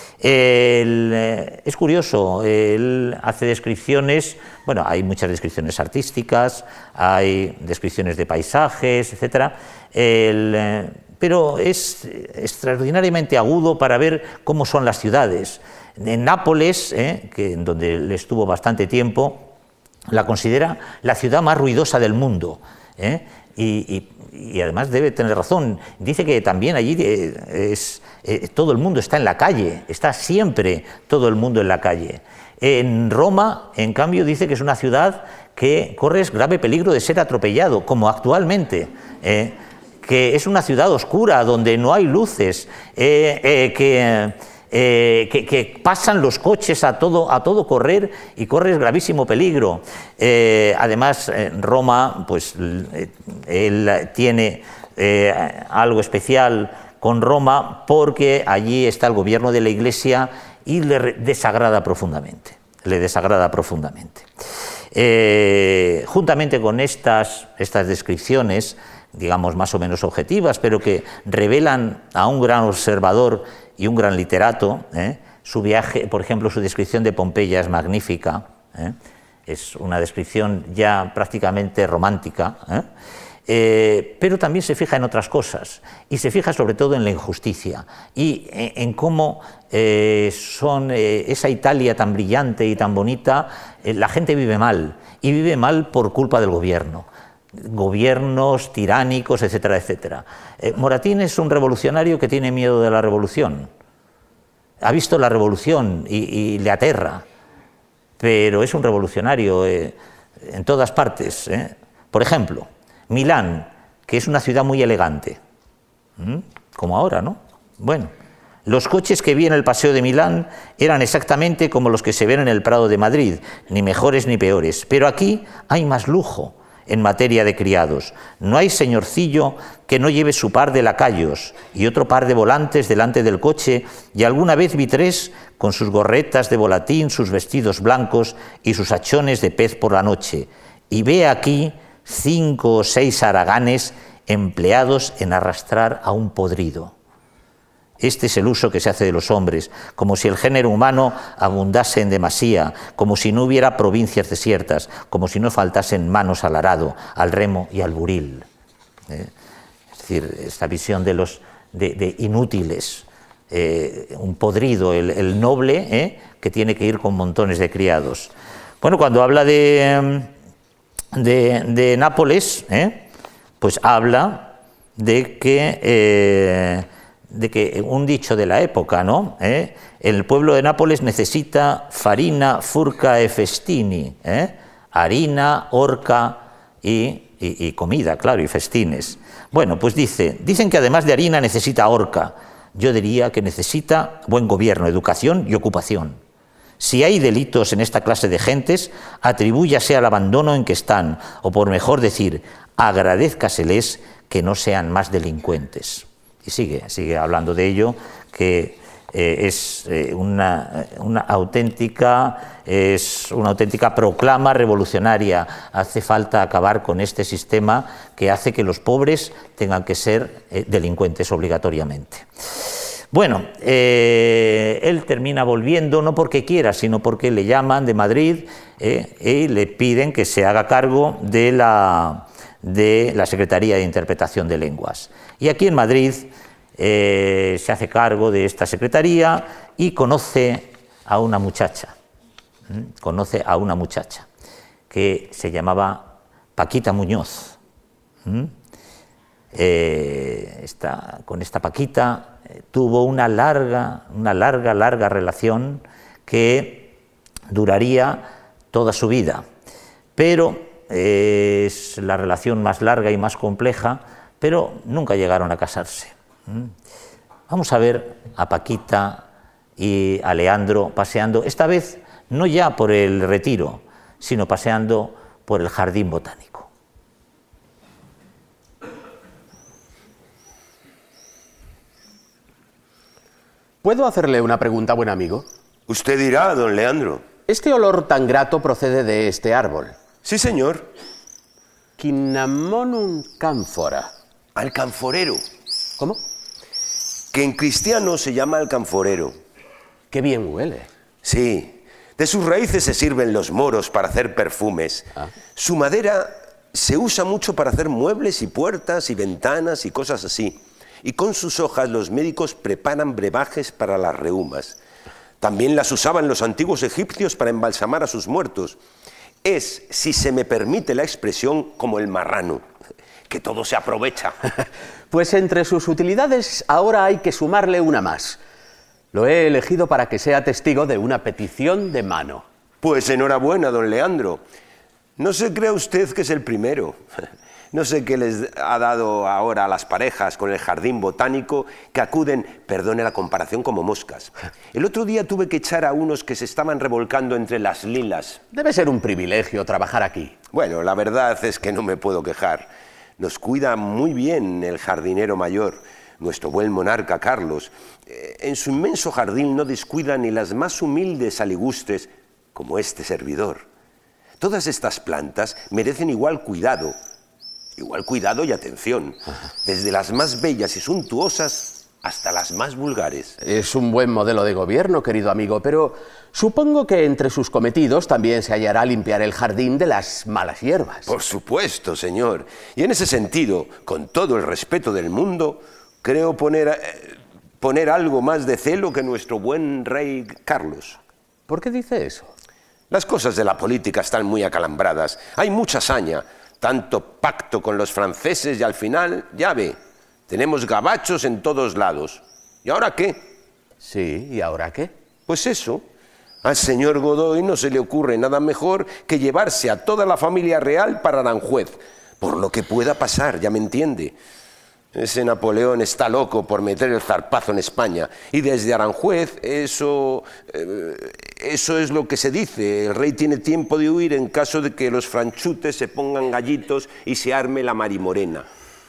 El, eh, es curioso, él hace descripciones, bueno, hay muchas descripciones artísticas, hay descripciones de paisajes, etcétera, el, eh, pero es extraordinariamente agudo para ver cómo son las ciudades. En Nápoles, eh, que, en donde él estuvo bastante tiempo, la considera la ciudad más ruidosa del mundo, ¿eh? y, y Y además debe tener razón, dice que también allí es, eh, todo el mundo está en la calle, está siempre todo el mundo en la calle. En Roma, en cambio, dice que es una ciudad que corres grave peligro de ser atropellado, como actualmente, eh, que es una ciudad oscura, donde no hay luces, eh, eh, que... Eh, que, que pasan los coches a todo, a todo correr y corres gravísimo peligro. Eh, además, en Roma, pues eh, él tiene eh, algo especial con Roma porque allí está el gobierno de la Iglesia y le desagrada profundamente, le desagrada profundamente. Eh, juntamente con estas, estas descripciones, digamos más o menos objetivas, pero que revelan a un gran observador y un gran literato, ¿eh? Su viaje, por ejemplo, su descripción de Pompeya es magnífica, ¿eh? Es una descripción ya prácticamente romántica, ¿eh? Eh, pero también se fija en otras cosas, y se fija sobre todo en la injusticia, y en, en cómo eh, son eh, esa Italia tan brillante y tan bonita, eh, la gente vive mal, y vive mal por culpa del gobierno. Gobiernos tiránicos, etcétera, etcétera. Eh, Moratín es un revolucionario que tiene miedo de la revolución. Ha visto la revolución y, y le aterra, pero es un revolucionario eh, en todas partes. ¿eh? Por ejemplo, Milán, que es una ciudad muy elegante, ¿Mm? como ahora, ¿no? Bueno, los coches que vi en el Paseo de Milán eran exactamente como los que se ven en el Prado de Madrid, ni mejores ni peores, pero aquí hay más lujo. En materia de criados, no hay señorcillo que no lleve su par de lacayos y otro par de volantes delante del coche, y alguna vez vi tres con sus gorretas de volatín, sus vestidos blancos y sus hachones de pez por la noche, y ve aquí cinco o seis haraganes empleados en arrastrar a un podrido. Este es el uso que se hace de los hombres, como si el género humano abundase en demasía, como si no hubiera provincias desiertas, como si no faltasen manos al arado, al remo y al buril. ¿Eh? Es decir, esta visión de los de, de inútiles, eh, un podrido, el, el noble, ¿eh? que tiene que ir con montones de criados. Bueno, cuando habla de, de, de Nápoles, ¿eh? pues habla de que... Eh, de que un dicho de la época, ¿no? ¿Eh? El pueblo de Nápoles necesita farina, furca e festini, ¿eh? harina, horca y, y, y comida, claro, y festines. Bueno, pues dice, dicen que además de harina necesita horca. Yo diría que necesita buen gobierno, educación y ocupación. Si hay delitos en esta clase de gentes, atribúyase al abandono en que están, o por mejor decir, agradézcaseles que no sean más delincuentes. Y sigue, sigue hablando de ello, que eh, es, eh, una, una auténtica, es una auténtica proclama revolucionaria. Hace falta acabar con este sistema que hace que los pobres tengan que ser eh, delincuentes obligatoriamente. Bueno, eh, él termina volviendo no porque quiera, sino porque le llaman de Madrid eh, y le piden que se haga cargo de la, de la Secretaría de Interpretación de Lenguas. Y aquí en Madrid eh, se hace cargo de esta secretaría y conoce a una muchacha, ¿eh? conoce a una muchacha que se llamaba Paquita Muñoz. ¿eh? Eh, esta, con esta Paquita tuvo una larga, una larga, larga relación que duraría toda su vida, pero eh, es la relación más larga y más compleja, pero nunca llegaron a casarse. Vamos a ver a Paquita y a Leandro paseando, esta vez no ya por el Retiro, sino paseando por el Jardín Botánico. ¿Puedo hacerle una pregunta, buen amigo? Usted dirá, don Leandro. ¿Este olor tan grato procede de este árbol? Sí, señor. Cinnamonum camphora. Alcanforero. ¿Cómo? Que en cristiano se llama alcanforero. Qué bien huele. Sí. De sus raíces se sirven los moros para hacer perfumes. Ah. Su madera se usa mucho para hacer muebles y puertas y ventanas y cosas así. Y con sus hojas los médicos preparan brebajes para las reumas. También las usaban los antiguos egipcios para embalsamar a sus muertos. Es, si se me permite la expresión, como el marrano, que todo se aprovecha. Pues entre sus utilidades ahora hay que sumarle una más. Lo he elegido para que sea testigo de una petición de mano. Pues enhorabuena, don Leandro. No se crea usted que es el primero. No sé qué les ha dado ahora a las parejas con el jardín botánico que acuden, perdone la comparación, como moscas. El otro día tuve que echar a unos que se estaban revolcando entre las lilas. Debe ser un privilegio trabajar aquí. Bueno, la verdad es que no me puedo quejar. Nos cuida muy bien el jardinero mayor, nuestro buen monarca Carlos. En su inmenso jardín no descuida ni las más humildes aligustres como este servidor. Todas estas plantas merecen igual cuidado. Igual cuidado y atención, desde las más bellas y suntuosas hasta las más vulgares. Es un buen modelo de gobierno, querido amigo, pero supongo que entre sus cometidos también se hallará limpiar el jardín de las malas hierbas. Por supuesto, señor. Y en ese sentido, con todo el respeto del mundo, creo poner, eh, poner algo más de celo que nuestro buen rey Carlos. ¿Por qué dice eso? Las cosas de la política están muy acalambradas. Hay mucha saña. Tanto pacto con los franceses y al final, ya ve, tenemos gabachos en todos lados. ¿Y ahora qué? Sí, ¿y ahora qué? Pues eso, al señor Godoy no se le ocurre nada mejor que llevarse a toda la familia real para Aranjuez, por lo que pueda pasar, ya me entiende. Ese Napoleón está loco por meter el zarpazo en España, y desde Aranjuez eso, eh, eso es lo que se dice. El rey tiene tiempo de huir en caso de que los franchutes se pongan gallitos y se arme la marimorena.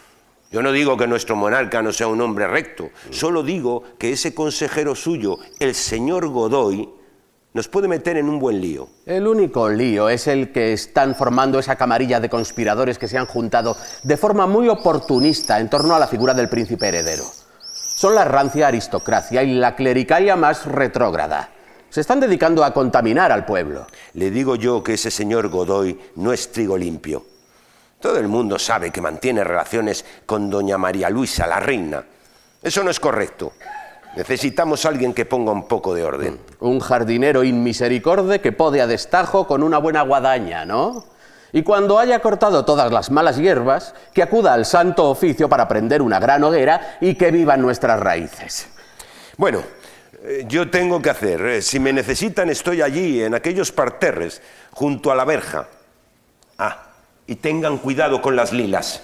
Yo no digo que nuestro monarca no sea un hombre recto, solo digo que ese consejero suyo, el señor Godoy, nos puede meter en un buen lío. El único lío es el que están formando esa camarilla de conspiradores que se han juntado de forma muy oportunista en torno a la figura del príncipe heredero. Son la rancia aristocracia y la clericalia más retrógrada. Se están dedicando a contaminar al pueblo. Le digo yo que ese señor Godoy no es trigo limpio. Todo el mundo sabe que mantiene relaciones con doña María Luisa, la reina. Eso no es correcto. Necesitamos a alguien que ponga un poco de orden. Un jardinero inmisericorde que pode a destajo con una buena guadaña, ¿no? Y cuando haya cortado todas las malas hierbas, que acuda al santo oficio para prender una gran hoguera y que vivan nuestras raíces. Bueno, eh, yo tengo que hacer. Eh, si me necesitan, estoy allí, en aquellos parterres, junto a la verja. Ah, y tengan cuidado con las lilas.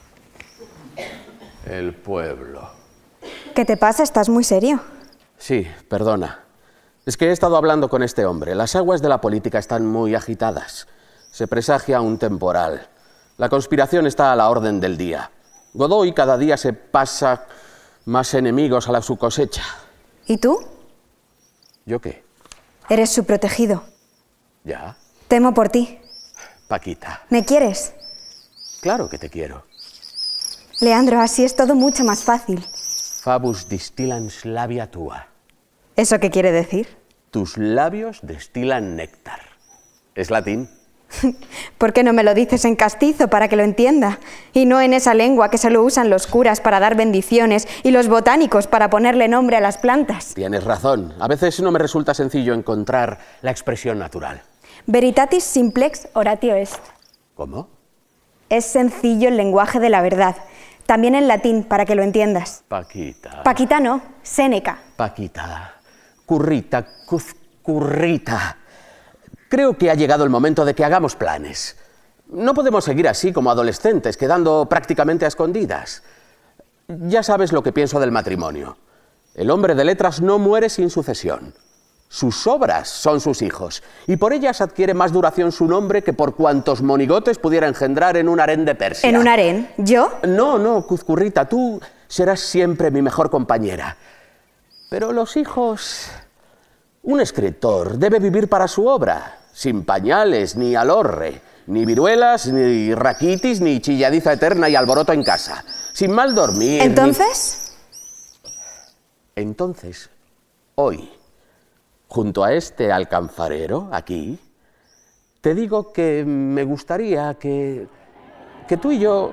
El pueblo. ¿Qué te pasa? ¿Estás muy serio? Sí, perdona. Es que he estado hablando con este hombre. Las aguas de la política están muy agitadas. Se presagia un temporal. La conspiración está a la orden del día. Godoy cada día se pasa más enemigos a la su cosecha. ¿Y tú? ¿Yo qué? Eres su protegido. ¿Ya? Temo por ti. Paquita. ¿Me quieres? Claro que te quiero. Leandro, así es todo mucho más fácil. Fabus distillans labia tua. ¿Eso qué quiere decir? Tus labios destilan néctar. ¿Es latín? ¿Por qué no me lo dices en castizo para que lo entienda? Y no en esa lengua que solo usan los curas para dar bendiciones y los botánicos para ponerle nombre a las plantas. Tienes razón. A veces no me resulta sencillo encontrar la expresión natural. Veritatis simplex oratio est. ¿Cómo? Es sencillo el lenguaje de la verdad. También en latín, para que lo entiendas. Paquita. Paquita no, Séneca. Paquita. Currita, cuzcurrita. Creo que ha llegado el momento de que hagamos planes. No podemos seguir así como adolescentes, quedando prácticamente a escondidas. Ya sabes lo que pienso del matrimonio. El hombre de letras no muere sin sucesión. Sus obras son sus hijos, y por ellas adquiere más duración su nombre que por cuantos monigotes pudiera engendrar en un harén de Persia. ¿En un harén? ¿Yo? No, no, Cuzcurrita, tú serás siempre mi mejor compañera. Pero los hijos... Un escritor debe vivir para su obra, sin pañales, ni alorre, ni viruelas, ni raquitis, ni chilladiza eterna y alboroto en casa. Sin mal dormir... ¿Entonces? Ni... Entonces, hoy... Junto a este alcanfarero, aquí, te digo que me gustaría que, que tú y yo...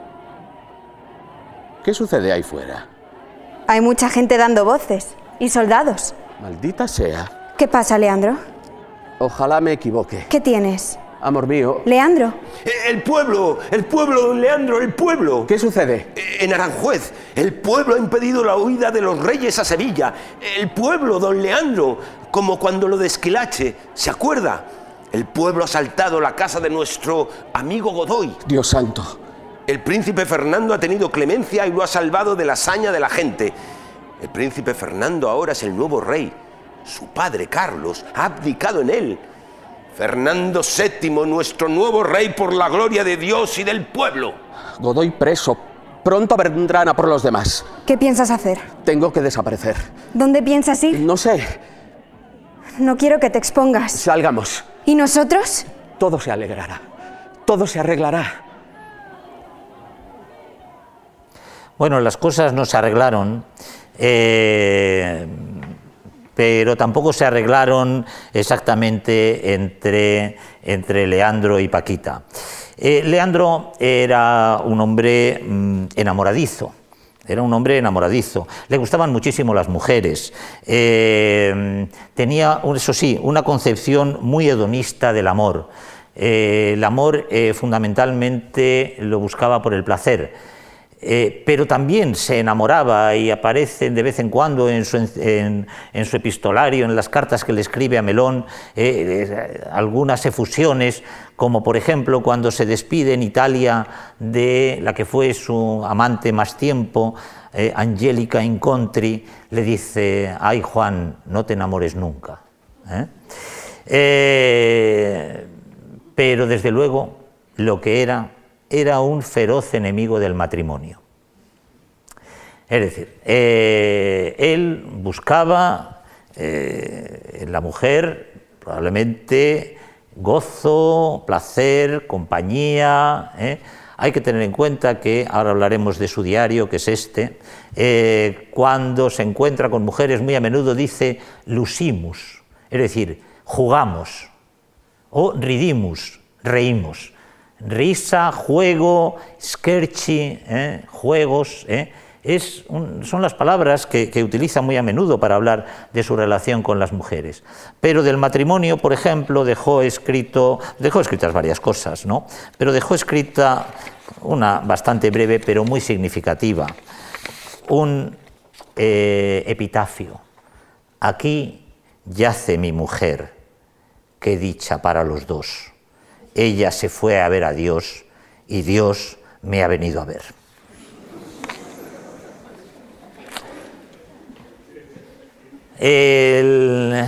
¿Qué sucede ahí fuera? Hay mucha gente dando voces y soldados. Maldita sea. ¿Qué pasa, Leandro? Ojalá me equivoque. ¿Qué tienes? Amor mío. Leandro. El pueblo, el pueblo, don Leandro, el pueblo. ¿Qué sucede? En Aranjuez, el pueblo ha impedido la huida de los reyes a Sevilla. El pueblo, don Leandro, como cuando lo de Esquilache, ¿se acuerda? El pueblo ha asaltado la casa de nuestro amigo Godoy. Dios santo. El príncipe Fernando ha tenido clemencia y lo ha salvado de la saña de la gente. El príncipe Fernando ahora es el nuevo rey. Su padre, Carlos, ha abdicado en él. Fernando séptimo, nuestro nuevo rey por la gloria de Dios y del pueblo. Godoy preso. Pronto vendrán a por los demás. ¿Qué piensas hacer? Tengo que desaparecer. ¿Dónde piensas ir? No sé. No quiero que te expongas. Salgamos. ¿Y nosotros? Todo se alegrará. Todo se arreglará. Bueno, las cosas no se arreglaron. Eh... pero tampoco se arreglaron exactamente entre, entre Leandro y Paquita. Eh, Leandro era un hombre mmm, enamoradizo, era un hombre enamoradizo, le gustaban muchísimo las mujeres, eh, tenía, eso sí, una concepción muy hedonista del amor. Eh, el amor eh, fundamentalmente lo buscaba por el placer. Eh, pero también se enamoraba y aparecen de vez en cuando en su, en, en su epistolario, en las cartas que le escribe a Melón, eh, eh, algunas efusiones, como por ejemplo cuando se despide en Italia de la que fue su amante más tiempo, eh, Angélica Incontri, le dice: ay Juan, no te enamores nunca. ¿Eh? Eh, pero desde luego lo que era era un feroz enemigo del matrimonio. Es decir, eh, él buscaba eh, en la mujer probablemente gozo, placer, compañía. ¿eh? Hay que tener en cuenta que, ahora hablaremos de su diario, que es este, eh, cuando se encuentra con mujeres muy a menudo dice lucimus, es decir, jugamos, o ridimus, reímos. Risa, juego, scherzi, ¿eh? juegos, ¿eh? es un, son las palabras que, que utiliza muy a menudo para hablar de su relación con las mujeres. Pero del matrimonio, por ejemplo, dejó escrito, dejó escritas varias cosas, ¿no? Pero dejó escrita una bastante breve, pero muy significativa, un eh, epitafio. Aquí yace mi mujer, qué dicha para los dos. Ella se fue a ver a Dios y Dios me ha venido a ver. El...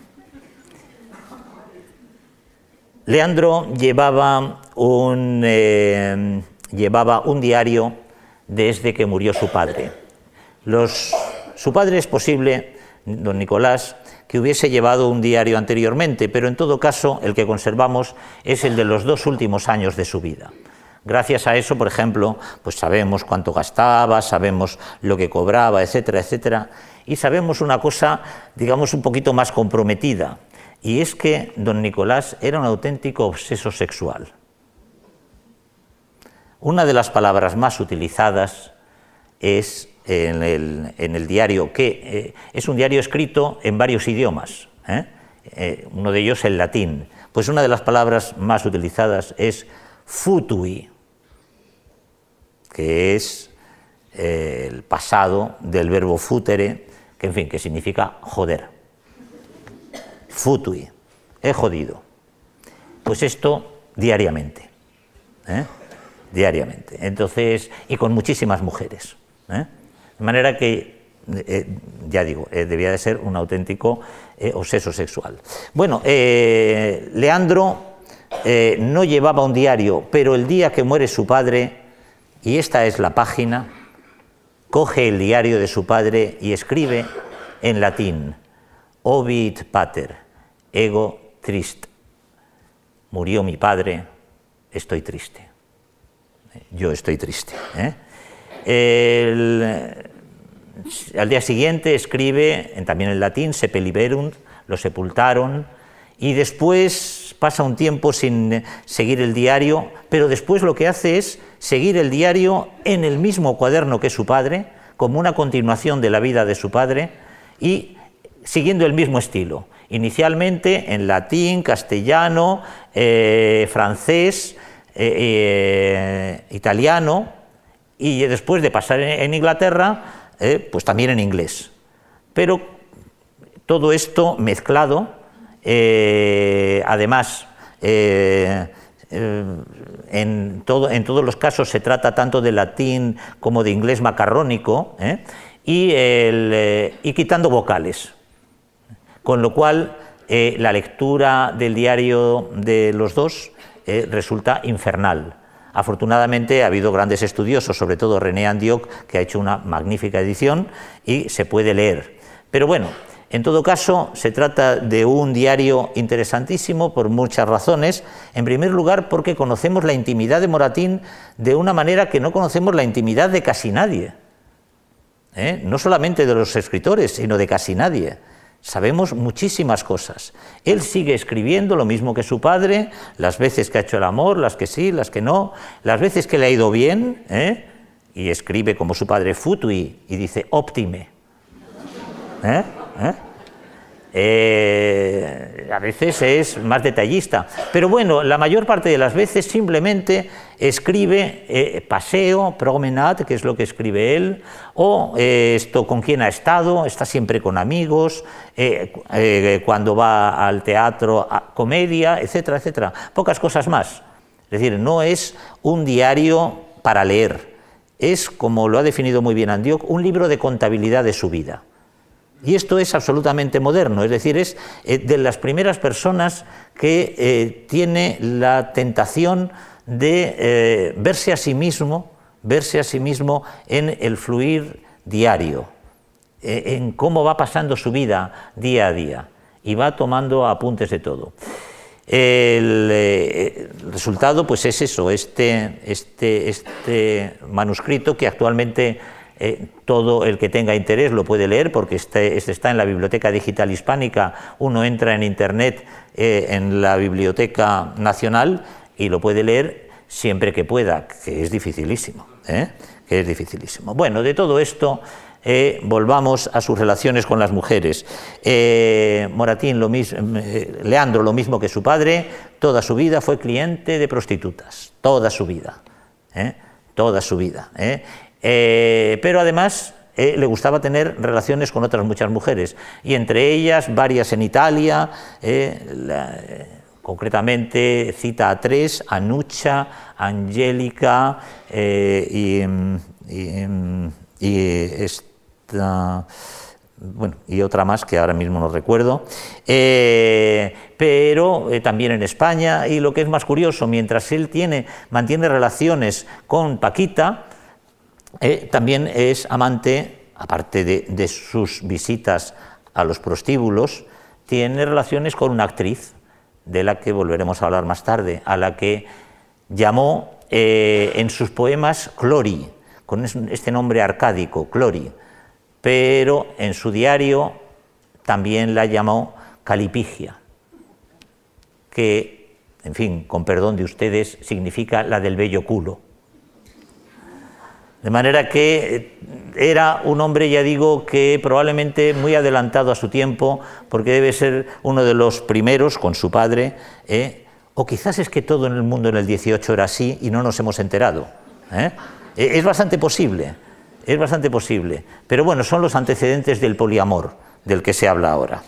Leandro llevaba un, eh, llevaba un diario desde que murió su padre. Los, su padre, es posible, don Nicolás, que hubiese llevado un diario anteriormente, pero en todo caso el que conservamos es el de los dos últimos años de su vida. Gracias a eso, por ejemplo, pues sabemos cuánto gastaba, sabemos lo que cobraba, etcétera, etcétera, y sabemos una cosa, digamos, un poquito más comprometida, y es que don Nicolás era un auténtico obseso sexual. Una de las palabras más utilizadas es en el, en el diario, que eh, es un diario escrito en varios idiomas, ¿eh? Eh, uno de ellos el latín. Pues una de las palabras más utilizadas es futui, que es eh, el pasado del verbo futere, que en fin, que significa joder. Futui, he jodido. Pues esto diariamente, ¿eh? diariamente. Entonces, y con muchísimas mujeres, ¿eh? De manera que, eh, ya digo, eh, debía de ser un auténtico eh, obseso sexual. Bueno, eh, Leandro eh, no llevaba un diario, pero el día que muere su padre, y esta es la página, coge el diario de su padre y escribe en latín: Obiit pater, ego trist. Murió mi padre, estoy triste. Yo estoy triste. ¿eh? El, al día siguiente escribe, en, también en latín, sepeliberunt, lo sepultaron, y después pasa un tiempo sin seguir el diario, pero después lo que hace es seguir el diario en el mismo cuaderno que su padre, como una continuación de la vida de su padre, y siguiendo el mismo estilo. Inicialmente en latín, castellano, eh, francés, eh, eh, italiano, y después de pasar en Inglaterra, eh, pues también en inglés. Pero todo esto mezclado, eh, además, eh, eh, en, todo, en todos los casos se trata tanto de latín como de inglés macarrónico, eh, y, el, eh, y quitando vocales. Con lo cual, eh, la lectura del diario de los dos eh, resulta infernal. Afortunadamente ha habido grandes estudiosos, sobre todo René Andioc, que ha hecho una magnífica edición y se puede leer. Pero bueno, en todo caso, se trata de un diario interesantísimo por muchas razones. En primer lugar, porque conocemos la intimidad de Moratín de una manera que no conocemos la intimidad de casi nadie. ¿Eh? No solamente de los escritores, sino de casi nadie. Sabemos muchísimas cosas. Él sigue escribiendo lo mismo que su padre, las veces que ha hecho el amor, las que sí, las que no, las veces que le ha ido bien, ¿eh? Y escribe como su padre futui y dice optime. ¿Eh? ¿Eh? Eh, a veces es más detallista, pero bueno, la mayor parte de las veces simplemente escribe eh, paseo, promenade, que es lo que escribe él, o eh, esto con quién ha estado, está siempre con amigos, eh, eh, cuando va al teatro, a comedia, etcétera, etcétera, pocas cosas más. Es decir, no es un diario para leer, es, como lo ha definido muy bien Andioc, un libro de contabilidad de su vida. Y esto es absolutamente moderno, es decir, es eh, de las primeras personas que eh, tiene la tentación de eh, verse a sí mismo, verse a sí mismo en el fluir diario, eh, en cómo va pasando su vida día a día, y va tomando apuntes de todo. El, eh, el resultado, pues es eso, este, este, este manuscrito que actualmente Eh, todo el que tenga interés lo puede leer, porque este, este está en la Biblioteca Digital Hispánica. Uno entra en internet eh, en la Biblioteca Nacional y lo puede leer siempre que pueda, que es dificilísimo, ¿eh? que es dificilísimo. Bueno, de todo esto eh, volvamos a sus relaciones con las mujeres. Eh, Moratín, lo mismo, eh, Leandro, lo mismo que su padre, toda su vida fue cliente de prostitutas, toda su vida, ¿eh? toda su vida. ¿eh? Eh, pero además eh, le gustaba tener relaciones con otras muchas mujeres, y entre ellas varias en Italia, eh, la, eh, concretamente cita a tres: a Nuccia, Angélica eh, y, y, y, esta, bueno, y otra más que ahora mismo no recuerdo, eh, pero eh, también en España. Y lo que es más curioso, mientras él tiene, mantiene relaciones con Paquita, Eh, también es amante, aparte de, de sus visitas a los prostíbulos, tiene relaciones con una actriz, de la que volveremos a hablar más tarde, a la que llamó eh, en sus poemas Clori, con este nombre arcádico, Clori, pero en su diario también la llamó Calipigia, que, en fin, con perdón de ustedes, significa la del bello culo. De manera que era un hombre, ya digo, que probablemente muy adelantado a su tiempo, porque debe ser uno de los primeros, con su padre, ¿eh? o quizás es que todo en el mundo en el dieciocho era así y no nos hemos enterado. ¿eh? Es bastante posible, es bastante posible. Pero bueno, son los antecedentes del poliamor, del que se habla ahora.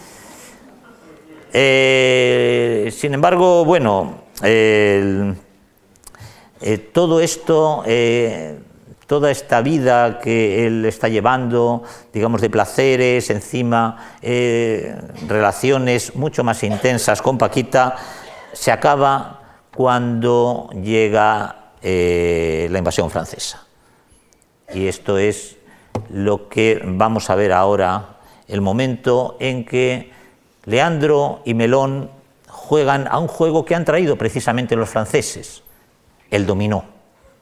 Eh, sin embargo, bueno, eh, eh, todo esto... Eh, Toda esta vida que él está llevando, digamos, de placeres, encima eh, relaciones mucho más intensas con Paquita, se acaba cuando llega eh, la invasión francesa. Y esto es lo que vamos a ver ahora, el momento en que Leandro y Melón juegan a un juego que han traído precisamente los franceses, el dominó.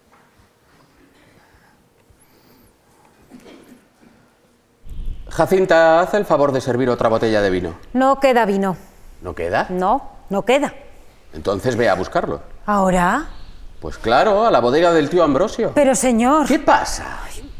Jacinta, haz el favor de servir otra botella de vino. No queda vino. ¿No queda? No, no queda. Entonces ve a buscarlo. ¿Ahora? Pues claro, a la bodega del tío Ambrosio. Pero, señor... ¿Qué pasa?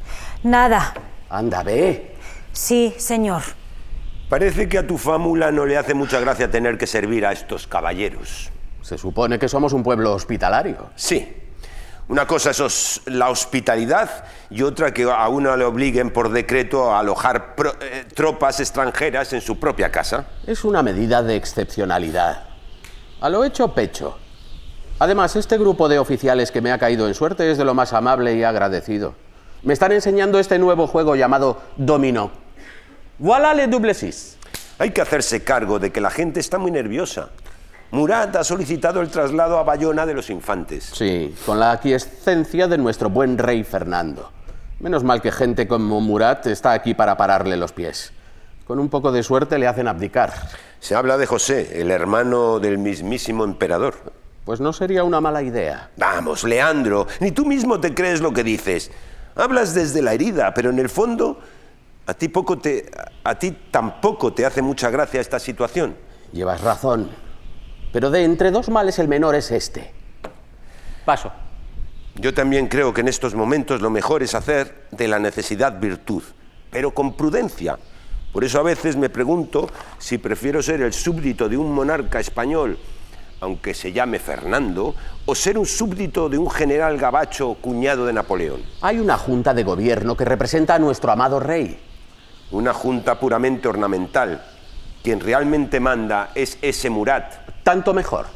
Nada. Anda, ve. Sí, señor. Parece que a tu fámula no le hace mucha gracia tener que servir a estos caballeros. Se supone que somos un pueblo hospitalario. Sí. Una cosa es os, la hospitalidad y otra que a uno le obliguen por decreto a alojar pro, eh, tropas extranjeras en su propia casa. Es una medida de excepcionalidad. A lo hecho, pecho. Además, este grupo de oficiales que me ha caído en suerte es de lo más amable y agradecido. Me están enseñando este nuevo juego llamado dominó. Voilà le double six. Hay que hacerse cargo de que la gente está muy nerviosa. Murat ha solicitado el traslado a Bayona de los infantes. Sí, con la aquiescencia de nuestro buen rey Fernando. Menos mal que gente como Murat está aquí para pararle los pies. Con un poco de suerte le hacen abdicar. Se habla de José, el hermano del mismísimo emperador. Pues no sería una mala idea. Vamos, Leandro, ni tú mismo te crees lo que dices. Hablas desde la herida, pero en el fondo a ti, poco te, a ti tampoco te hace mucha gracia esta situación. Llevas razón. Pero de entre dos males el menor es este. Paso. Yo también creo que en estos momentos lo mejor es hacer de la necesidad virtud, pero con prudencia. Por eso a veces me pregunto si prefiero ser el súbdito de un monarca español, aunque se llame Fernando, o ser un súbdito de un general gabacho cuñado de Napoleón. Hay una junta de gobierno que representa a nuestro amado rey. Una junta puramente ornamental. Quien realmente manda es ese Murat. Tanto mejor.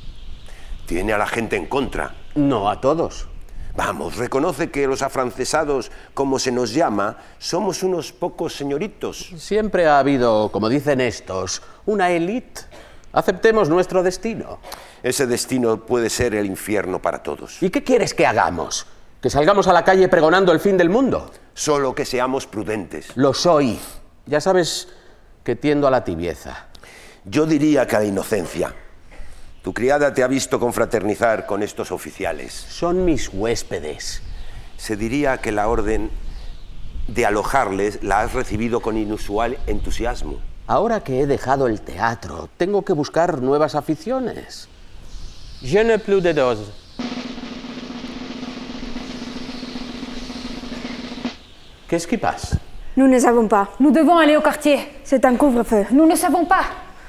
Tiene a la gente en contra. No a todos. Vamos, reconoce que los afrancesados, como se nos llama, somos unos pocos señoritos. Siempre ha habido, como dicen estos, una élite. Aceptemos nuestro destino. Ese destino puede ser el infierno para todos. ¿Y qué quieres que hagamos? ¿Que salgamos a la calle pregonando el fin del mundo? Solo que seamos prudentes. Lo soy. Ya sabes que tiendo a la tibieza. Yo diría que a la inocencia. Tu criada te ha visto confraternizar con estos oficiales. Son mis huéspedes. Se diría que la orden de alojarles la has recibido con inusual entusiasmo. Ahora que he dejado el teatro, tengo que buscar nuevas aficiones. Je n'ai plus de dos. Qu'est-ce qui passe? Nous ne savons pas. Nous devons aller au quartier. C'est un couvre-feu. Nous ne savons pas.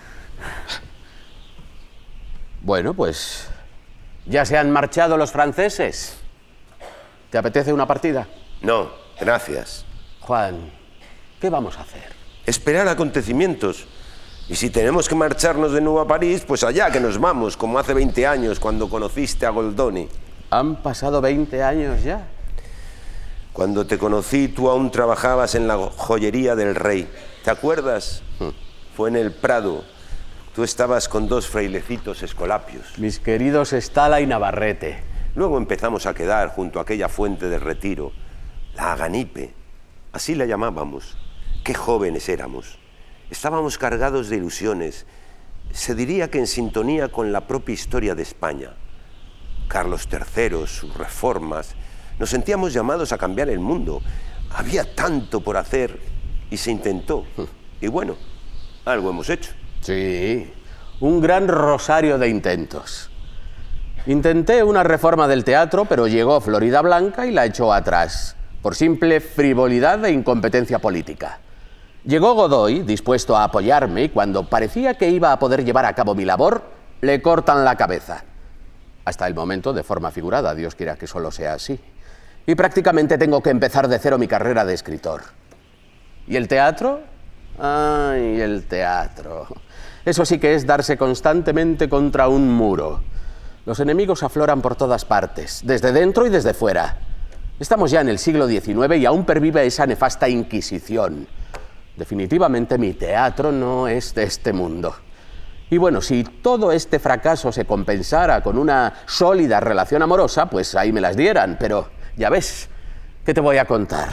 Bueno, pues ya se han marchado los franceses. ¿Te apetece una partida? No, gracias. Juan, ¿qué vamos a hacer? Esperar acontecimientos. Y si tenemos que marcharnos de nuevo a París, pues allá que nos vamos, como hace veinte años cuando conociste a Goldoni. Han pasado veinte años ya. Cuando te conocí, tú aún trabajabas en la joyería del rey. ¿Te acuerdas? Hmm. Fue en el Prado. Tú estabas con dos frailecitos escolapios. Mis queridos Estala y Navarrete. Luego empezamos a quedar junto a aquella fuente del retiro, la Aganipe. Así la llamábamos. Qué jóvenes éramos. Estábamos cargados de ilusiones. Se diría que en sintonía con la propia historia de España. Carlos tercero, sus reformas. Nos sentíamos llamados a cambiar el mundo. Había tanto por hacer y se intentó. Y bueno, algo hemos hecho. Sí, un gran rosario de intentos. Intenté una reforma del teatro, pero llegó Florida Blanca y la echó atrás, por simple frivolidad e incompetencia política. Llegó Godoy, dispuesto a apoyarme, y cuando parecía que iba a poder llevar a cabo mi labor, le cortan la cabeza. Hasta el momento, de forma figurada, Dios quiera que solo sea así. Y prácticamente tengo que empezar de cero mi carrera de escritor. ¿Y el teatro? ¡Ay, el teatro! Eso sí que es darse constantemente contra un muro. Los enemigos afloran por todas partes, desde dentro y desde fuera. Estamos ya en el siglo diecinueve y aún pervive esa nefasta Inquisición. Definitivamente mi teatro no es de este mundo. Y bueno, si todo este fracaso se compensara con una sólida relación amorosa, pues ahí me las dieran, pero ya ves, ¿qué te voy a contar?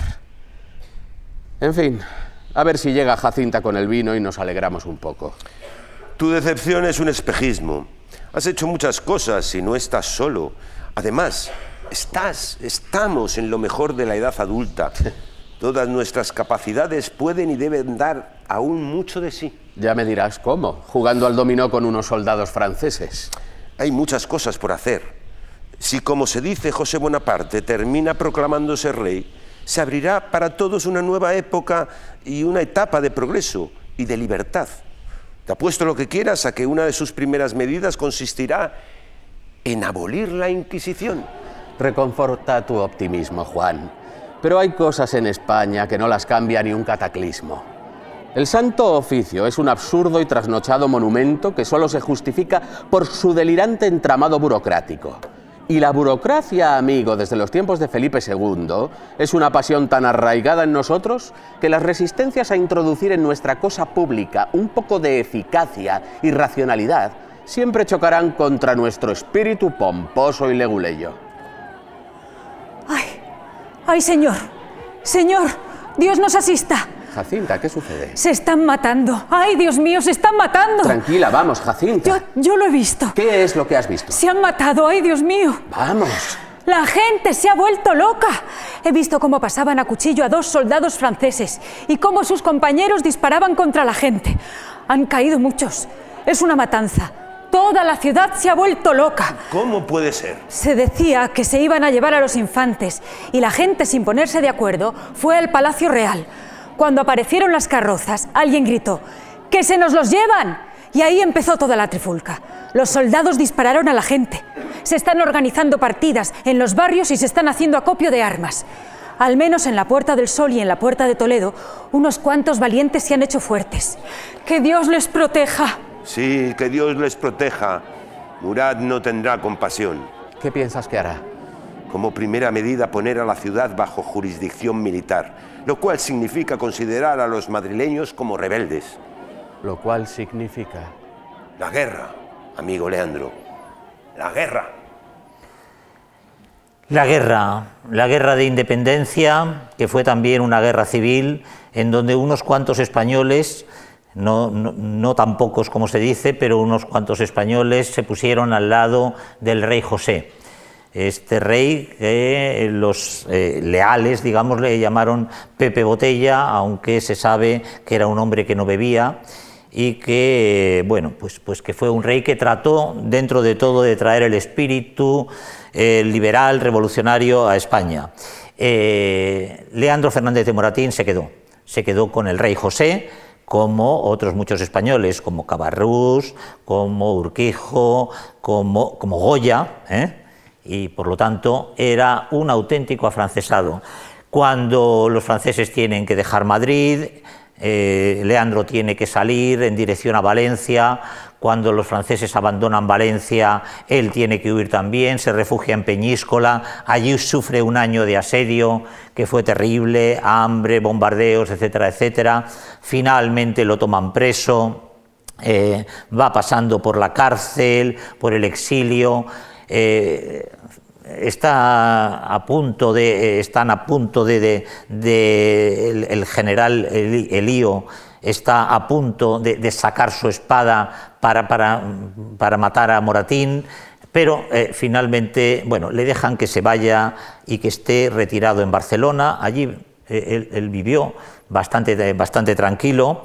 En fin, a ver si llega Jacinta con el vino y nos alegramos un poco. Tu decepción es un espejismo. Has hecho muchas cosas y no estás solo. Además, estás, estamos en lo mejor de la edad adulta. Todas nuestras capacidades pueden y deben dar aún mucho de sí. Ya me dirás cómo, jugando al dominó con unos soldados franceses. Hay muchas cosas por hacer. Si, como se dice, José Bonaparte termina proclamándose rey, se abrirá para todos una nueva época y una etapa de progreso y de libertad. Te apuesto lo que quieras a que una de sus primeras medidas consistirá en abolir la Inquisición. Reconforta tu optimismo, Juan. Pero hay cosas en España que no las cambia ni un cataclismo. El Santo Oficio es un absurdo y trasnochado monumento que solo se justifica por su delirante entramado burocrático. Y la burocracia, amigo, desde los tiempos de Felipe segundo, es una pasión tan arraigada en nosotros que las resistencias a introducir en nuestra cosa pública un poco de eficacia y racionalidad siempre chocarán contra nuestro espíritu pomposo y leguleyo. ¡Ay! ¡Ay, señor! ¡Señor! ¡Dios nos asista! Jacinta, ¿qué sucede? ¡Se están matando! ¡Ay, Dios mío, se están matando! Tranquila, vamos, Jacinta. Yo, yo lo he visto. ¿Qué es lo que has visto? Se han matado, ¡ay, Dios mío! Vamos. La gente se ha vuelto loca. He visto cómo pasaban a cuchillo a dos soldados franceses y cómo sus compañeros disparaban contra la gente. Han caído muchos. Es una matanza. Toda la ciudad se ha vuelto loca. ¿Cómo puede ser? Se decía que se iban a llevar a los infantes y la gente, sin ponerse de acuerdo, fue al Palacio Real. Cuando aparecieron las carrozas, alguien gritó: ¡que se nos los llevan! Y ahí empezó toda la trifulca. Los soldados dispararon a la gente. Se están organizando partidas en los barrios y se están haciendo acopio de armas. Al menos en la Puerta del Sol y en la Puerta de Toledo, unos cuantos valientes se han hecho fuertes. ¡Que Dios les proteja! Sí, que Dios les proteja. Murad no tendrá compasión. ¿Qué piensas que hará? Como primera medida, poner a la ciudad bajo jurisdicción militar, lo cual significa considerar a los madrileños como rebeldes. Lo cual significa... La guerra, amigo Leandro. La guerra. La guerra, la guerra de independencia, que fue también una guerra civil, en donde unos cuantos españoles, no, no, no tan pocos como se dice, pero unos cuantos españoles se pusieron al lado del rey José. Este rey que los eh, leales, digamos, le llamaron Pepe Botella, aunque se sabe que era un hombre que no bebía y que, bueno, pues, pues que fue un rey que trató, dentro de todo, de traer el espíritu eh, liberal, revolucionario a España. Eh, Leandro Fernández de Moratín se quedó, se quedó con el rey José, como otros muchos españoles, como Cabarrús, como Urquijo, como, como Goya, ¿eh? Y por lo tanto era un auténtico afrancesado. Cuando los franceses tienen que dejar Madrid, eh, Leandro tiene que salir en dirección a Valencia. Cuando los franceses abandonan Valencia, él tiene que huir también, se refugia en Peñíscola, allí sufre un año de asedio que fue terrible, hambre, bombardeos, etcétera, etcétera. Finalmente lo toman preso, eh, va pasando por la cárcel, por el exilio. Eh, está a punto de, están a punto de, de, de el, el general Elío está a punto de, de sacar su espada para, para, para matar a Moratín, pero eh, finalmente, bueno, le dejan que se vaya y que esté retirado en Barcelona. Allí eh, él, él vivió bastante, bastante tranquilo,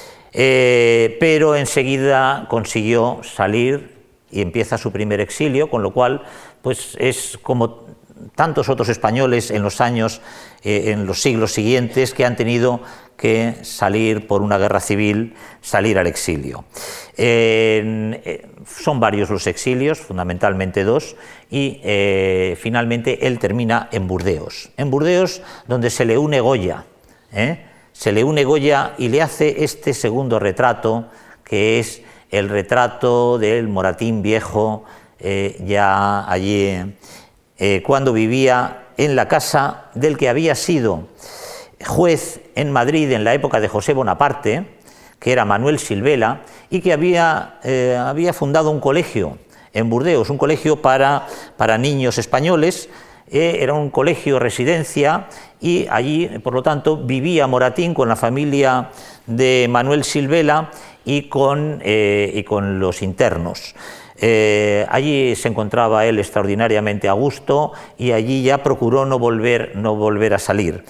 eh, pero enseguida consiguió salir y empieza su primer exilio, con lo cual pues es como tantos otros españoles en los años, eh, en los siglos siguientes, que han tenido que salir por una guerra civil, salir al exilio. Eh, eh, son varios los exilios, fundamentalmente dos, y eh, finalmente él termina en Burdeos. En Burdeos, donde se le une Goya, ¿eh? se le une Goya y le hace este segundo retrato, que es el retrato del Moratín viejo, eh, ya allí eh, cuando vivía en la casa del que había sido juez en Madrid en la época de José Bonaparte, que era Manuel Silvela, y que había, eh, había fundado un colegio en Burdeos, un colegio para, para niños españoles. Eh, era un colegio residencia y allí, por lo tanto, vivía Moratín con la familia de Manuel Silvela y con, eh, y con los internos. Eh, allí se encontraba él extraordinariamente a gusto y allí ya procuró no volver, no volver a salir.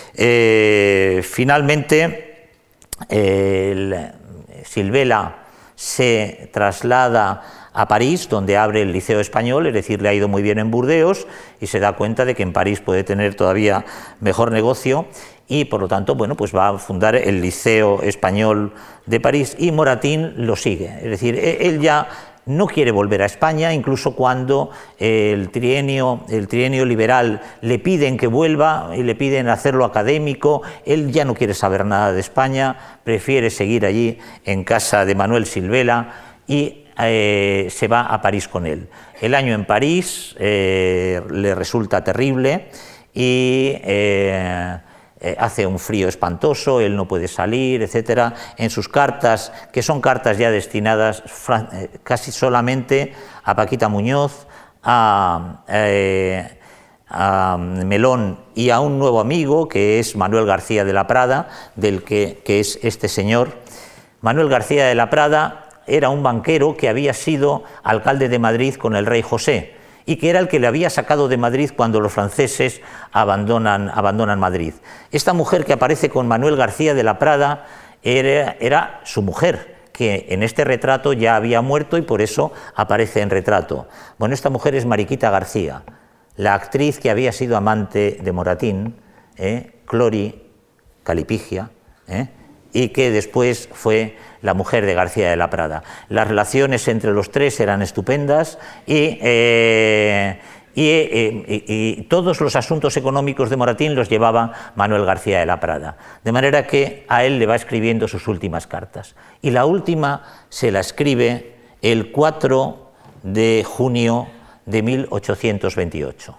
Eh, finalmente, eh, el, Silvela se traslada a París, donde abre el Liceo Español, es decir, le ha ido muy bien en Burdeos y se da cuenta de que en París puede tener todavía mejor negocio y, por lo tanto, bueno, pues va a fundar el Liceo Español de París y Moratín lo sigue. Es decir, él ya no quiere volver a España, incluso cuando el trienio, el trienio liberal le piden que vuelva y le piden hacerlo académico, él ya no quiere saber nada de España, prefiere seguir allí en casa de Manuel Silvela y Eh, se va a París con él. El año en París eh, le resulta terrible y eh, eh, hace un frío espantoso, él no puede salir, etcétera. En sus cartas, que son cartas ya destinadas eh, casi solamente a Paquita Muñoz, a, eh, a Melón y a un nuevo amigo que es Manuel García de la Prada, del que, que es este señor. Manuel García de la Prada era un banquero que había sido alcalde de Madrid con el rey José y que era el que le había sacado de Madrid cuando los franceses abandonan, abandonan Madrid. Esta mujer que aparece con Manuel García de la Prada era, era su mujer, que en este retrato ya había muerto y por eso aparece en retrato. Bueno, esta mujer es Mariquita García, la actriz que había sido amante de Moratín, ¿eh? Clori Calipigia, ¿eh? y que después fue la mujer de García de la Prada. Las relaciones entre los tres eran estupendas y, eh, y, eh, y, y todos los asuntos económicos de Moratín los llevaba Manuel García de la Prada, de manera que a él le va escribiendo sus últimas cartas. Y la última se la escribe el cuatro de junio de mil ochocientos veintiocho.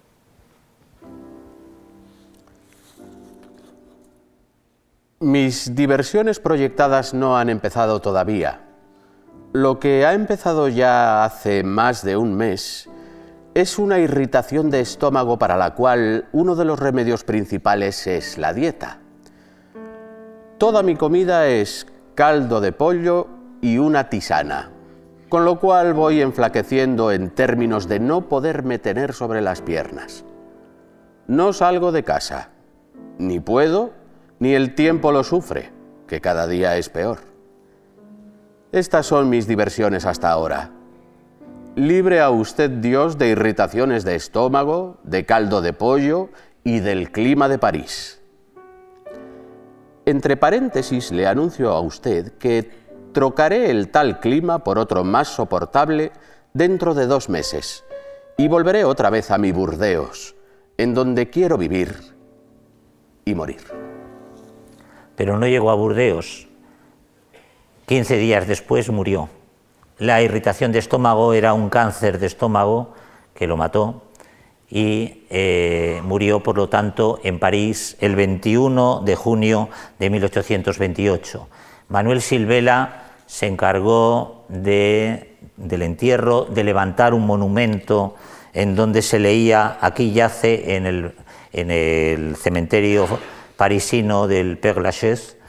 Mis diversiones proyectadas no han empezado todavía. Lo que ha empezado ya hace más de un mes es una irritación de estómago para la cual uno de los remedios principales es la dieta. Toda mi comida es caldo de pollo y una tisana, con lo cual voy enflaqueciendo en términos de no poderme tener sobre las piernas. No salgo de casa, ni puedo, ni el tiempo lo sufre, que cada día es peor. Estas son mis diversiones hasta ahora. Libre a usted Dios de irritaciones de estómago, de caldo de pollo y del clima de París. Entre paréntesis le anuncio a usted que trocaré el tal clima por otro más soportable dentro de dos meses y volveré otra vez a mi Burdeos, en donde quiero vivir y morir. Pero no llegó a Burdeos. quince días después murió. La irritación de estómago era un cáncer de estómago que lo mató y eh, murió, por lo tanto, en París el veintiuno de junio de mil ochocientos veintiocho. Manuel Silvela se encargó de, del entierro, de levantar un monumento en donde se leía: aquí yace en el, en el cementerio parisino del Père Lachaise,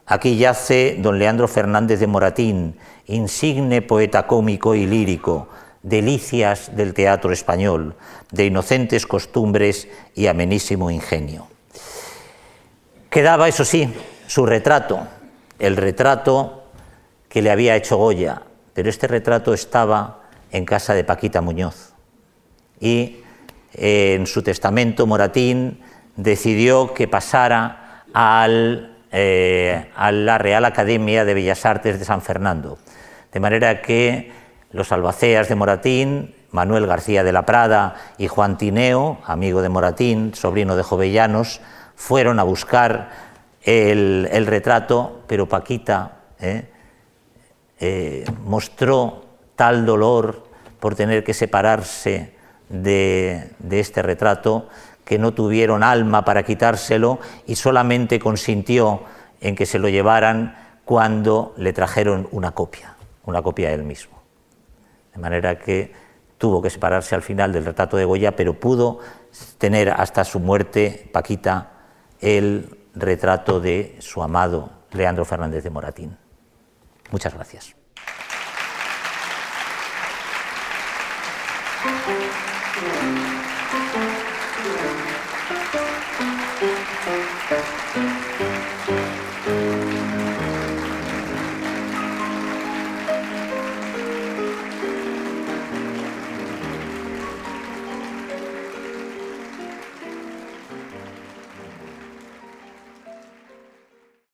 Aquí yace don Leandro Fernández de Moratín, insigne poeta cómico y lírico, delicias del teatro español, de inocentes costumbres y amenísimo ingenio. Quedaba, eso sí, su retrato, el retrato que le había hecho Goya, pero este retrato estaba en casa de Paquita Muñoz. Y eh, en su testamento Moratín decidió que pasara al... Eh, a la Real Academia de Bellas Artes de San Fernando, de manera que los albaceas de Moratín, Manuel García de la Prada y Juan Tineo, amigo de Moratín, sobrino de Jovellanos, fueron a buscar el, el retrato, pero Paquita eh, eh, mostró tal dolor por tener que separarse de, de este retrato, que no tuvieron alma para quitárselo y solamente consintió en que se lo llevaran cuando le trajeron una copia, una copia de él mismo. De manera que tuvo que separarse al final del retrato de Goya, pero pudo tener hasta su muerte, Paquita, el retrato de su amado Leandro Fernández de Moratín. Muchas gracias. Thank you.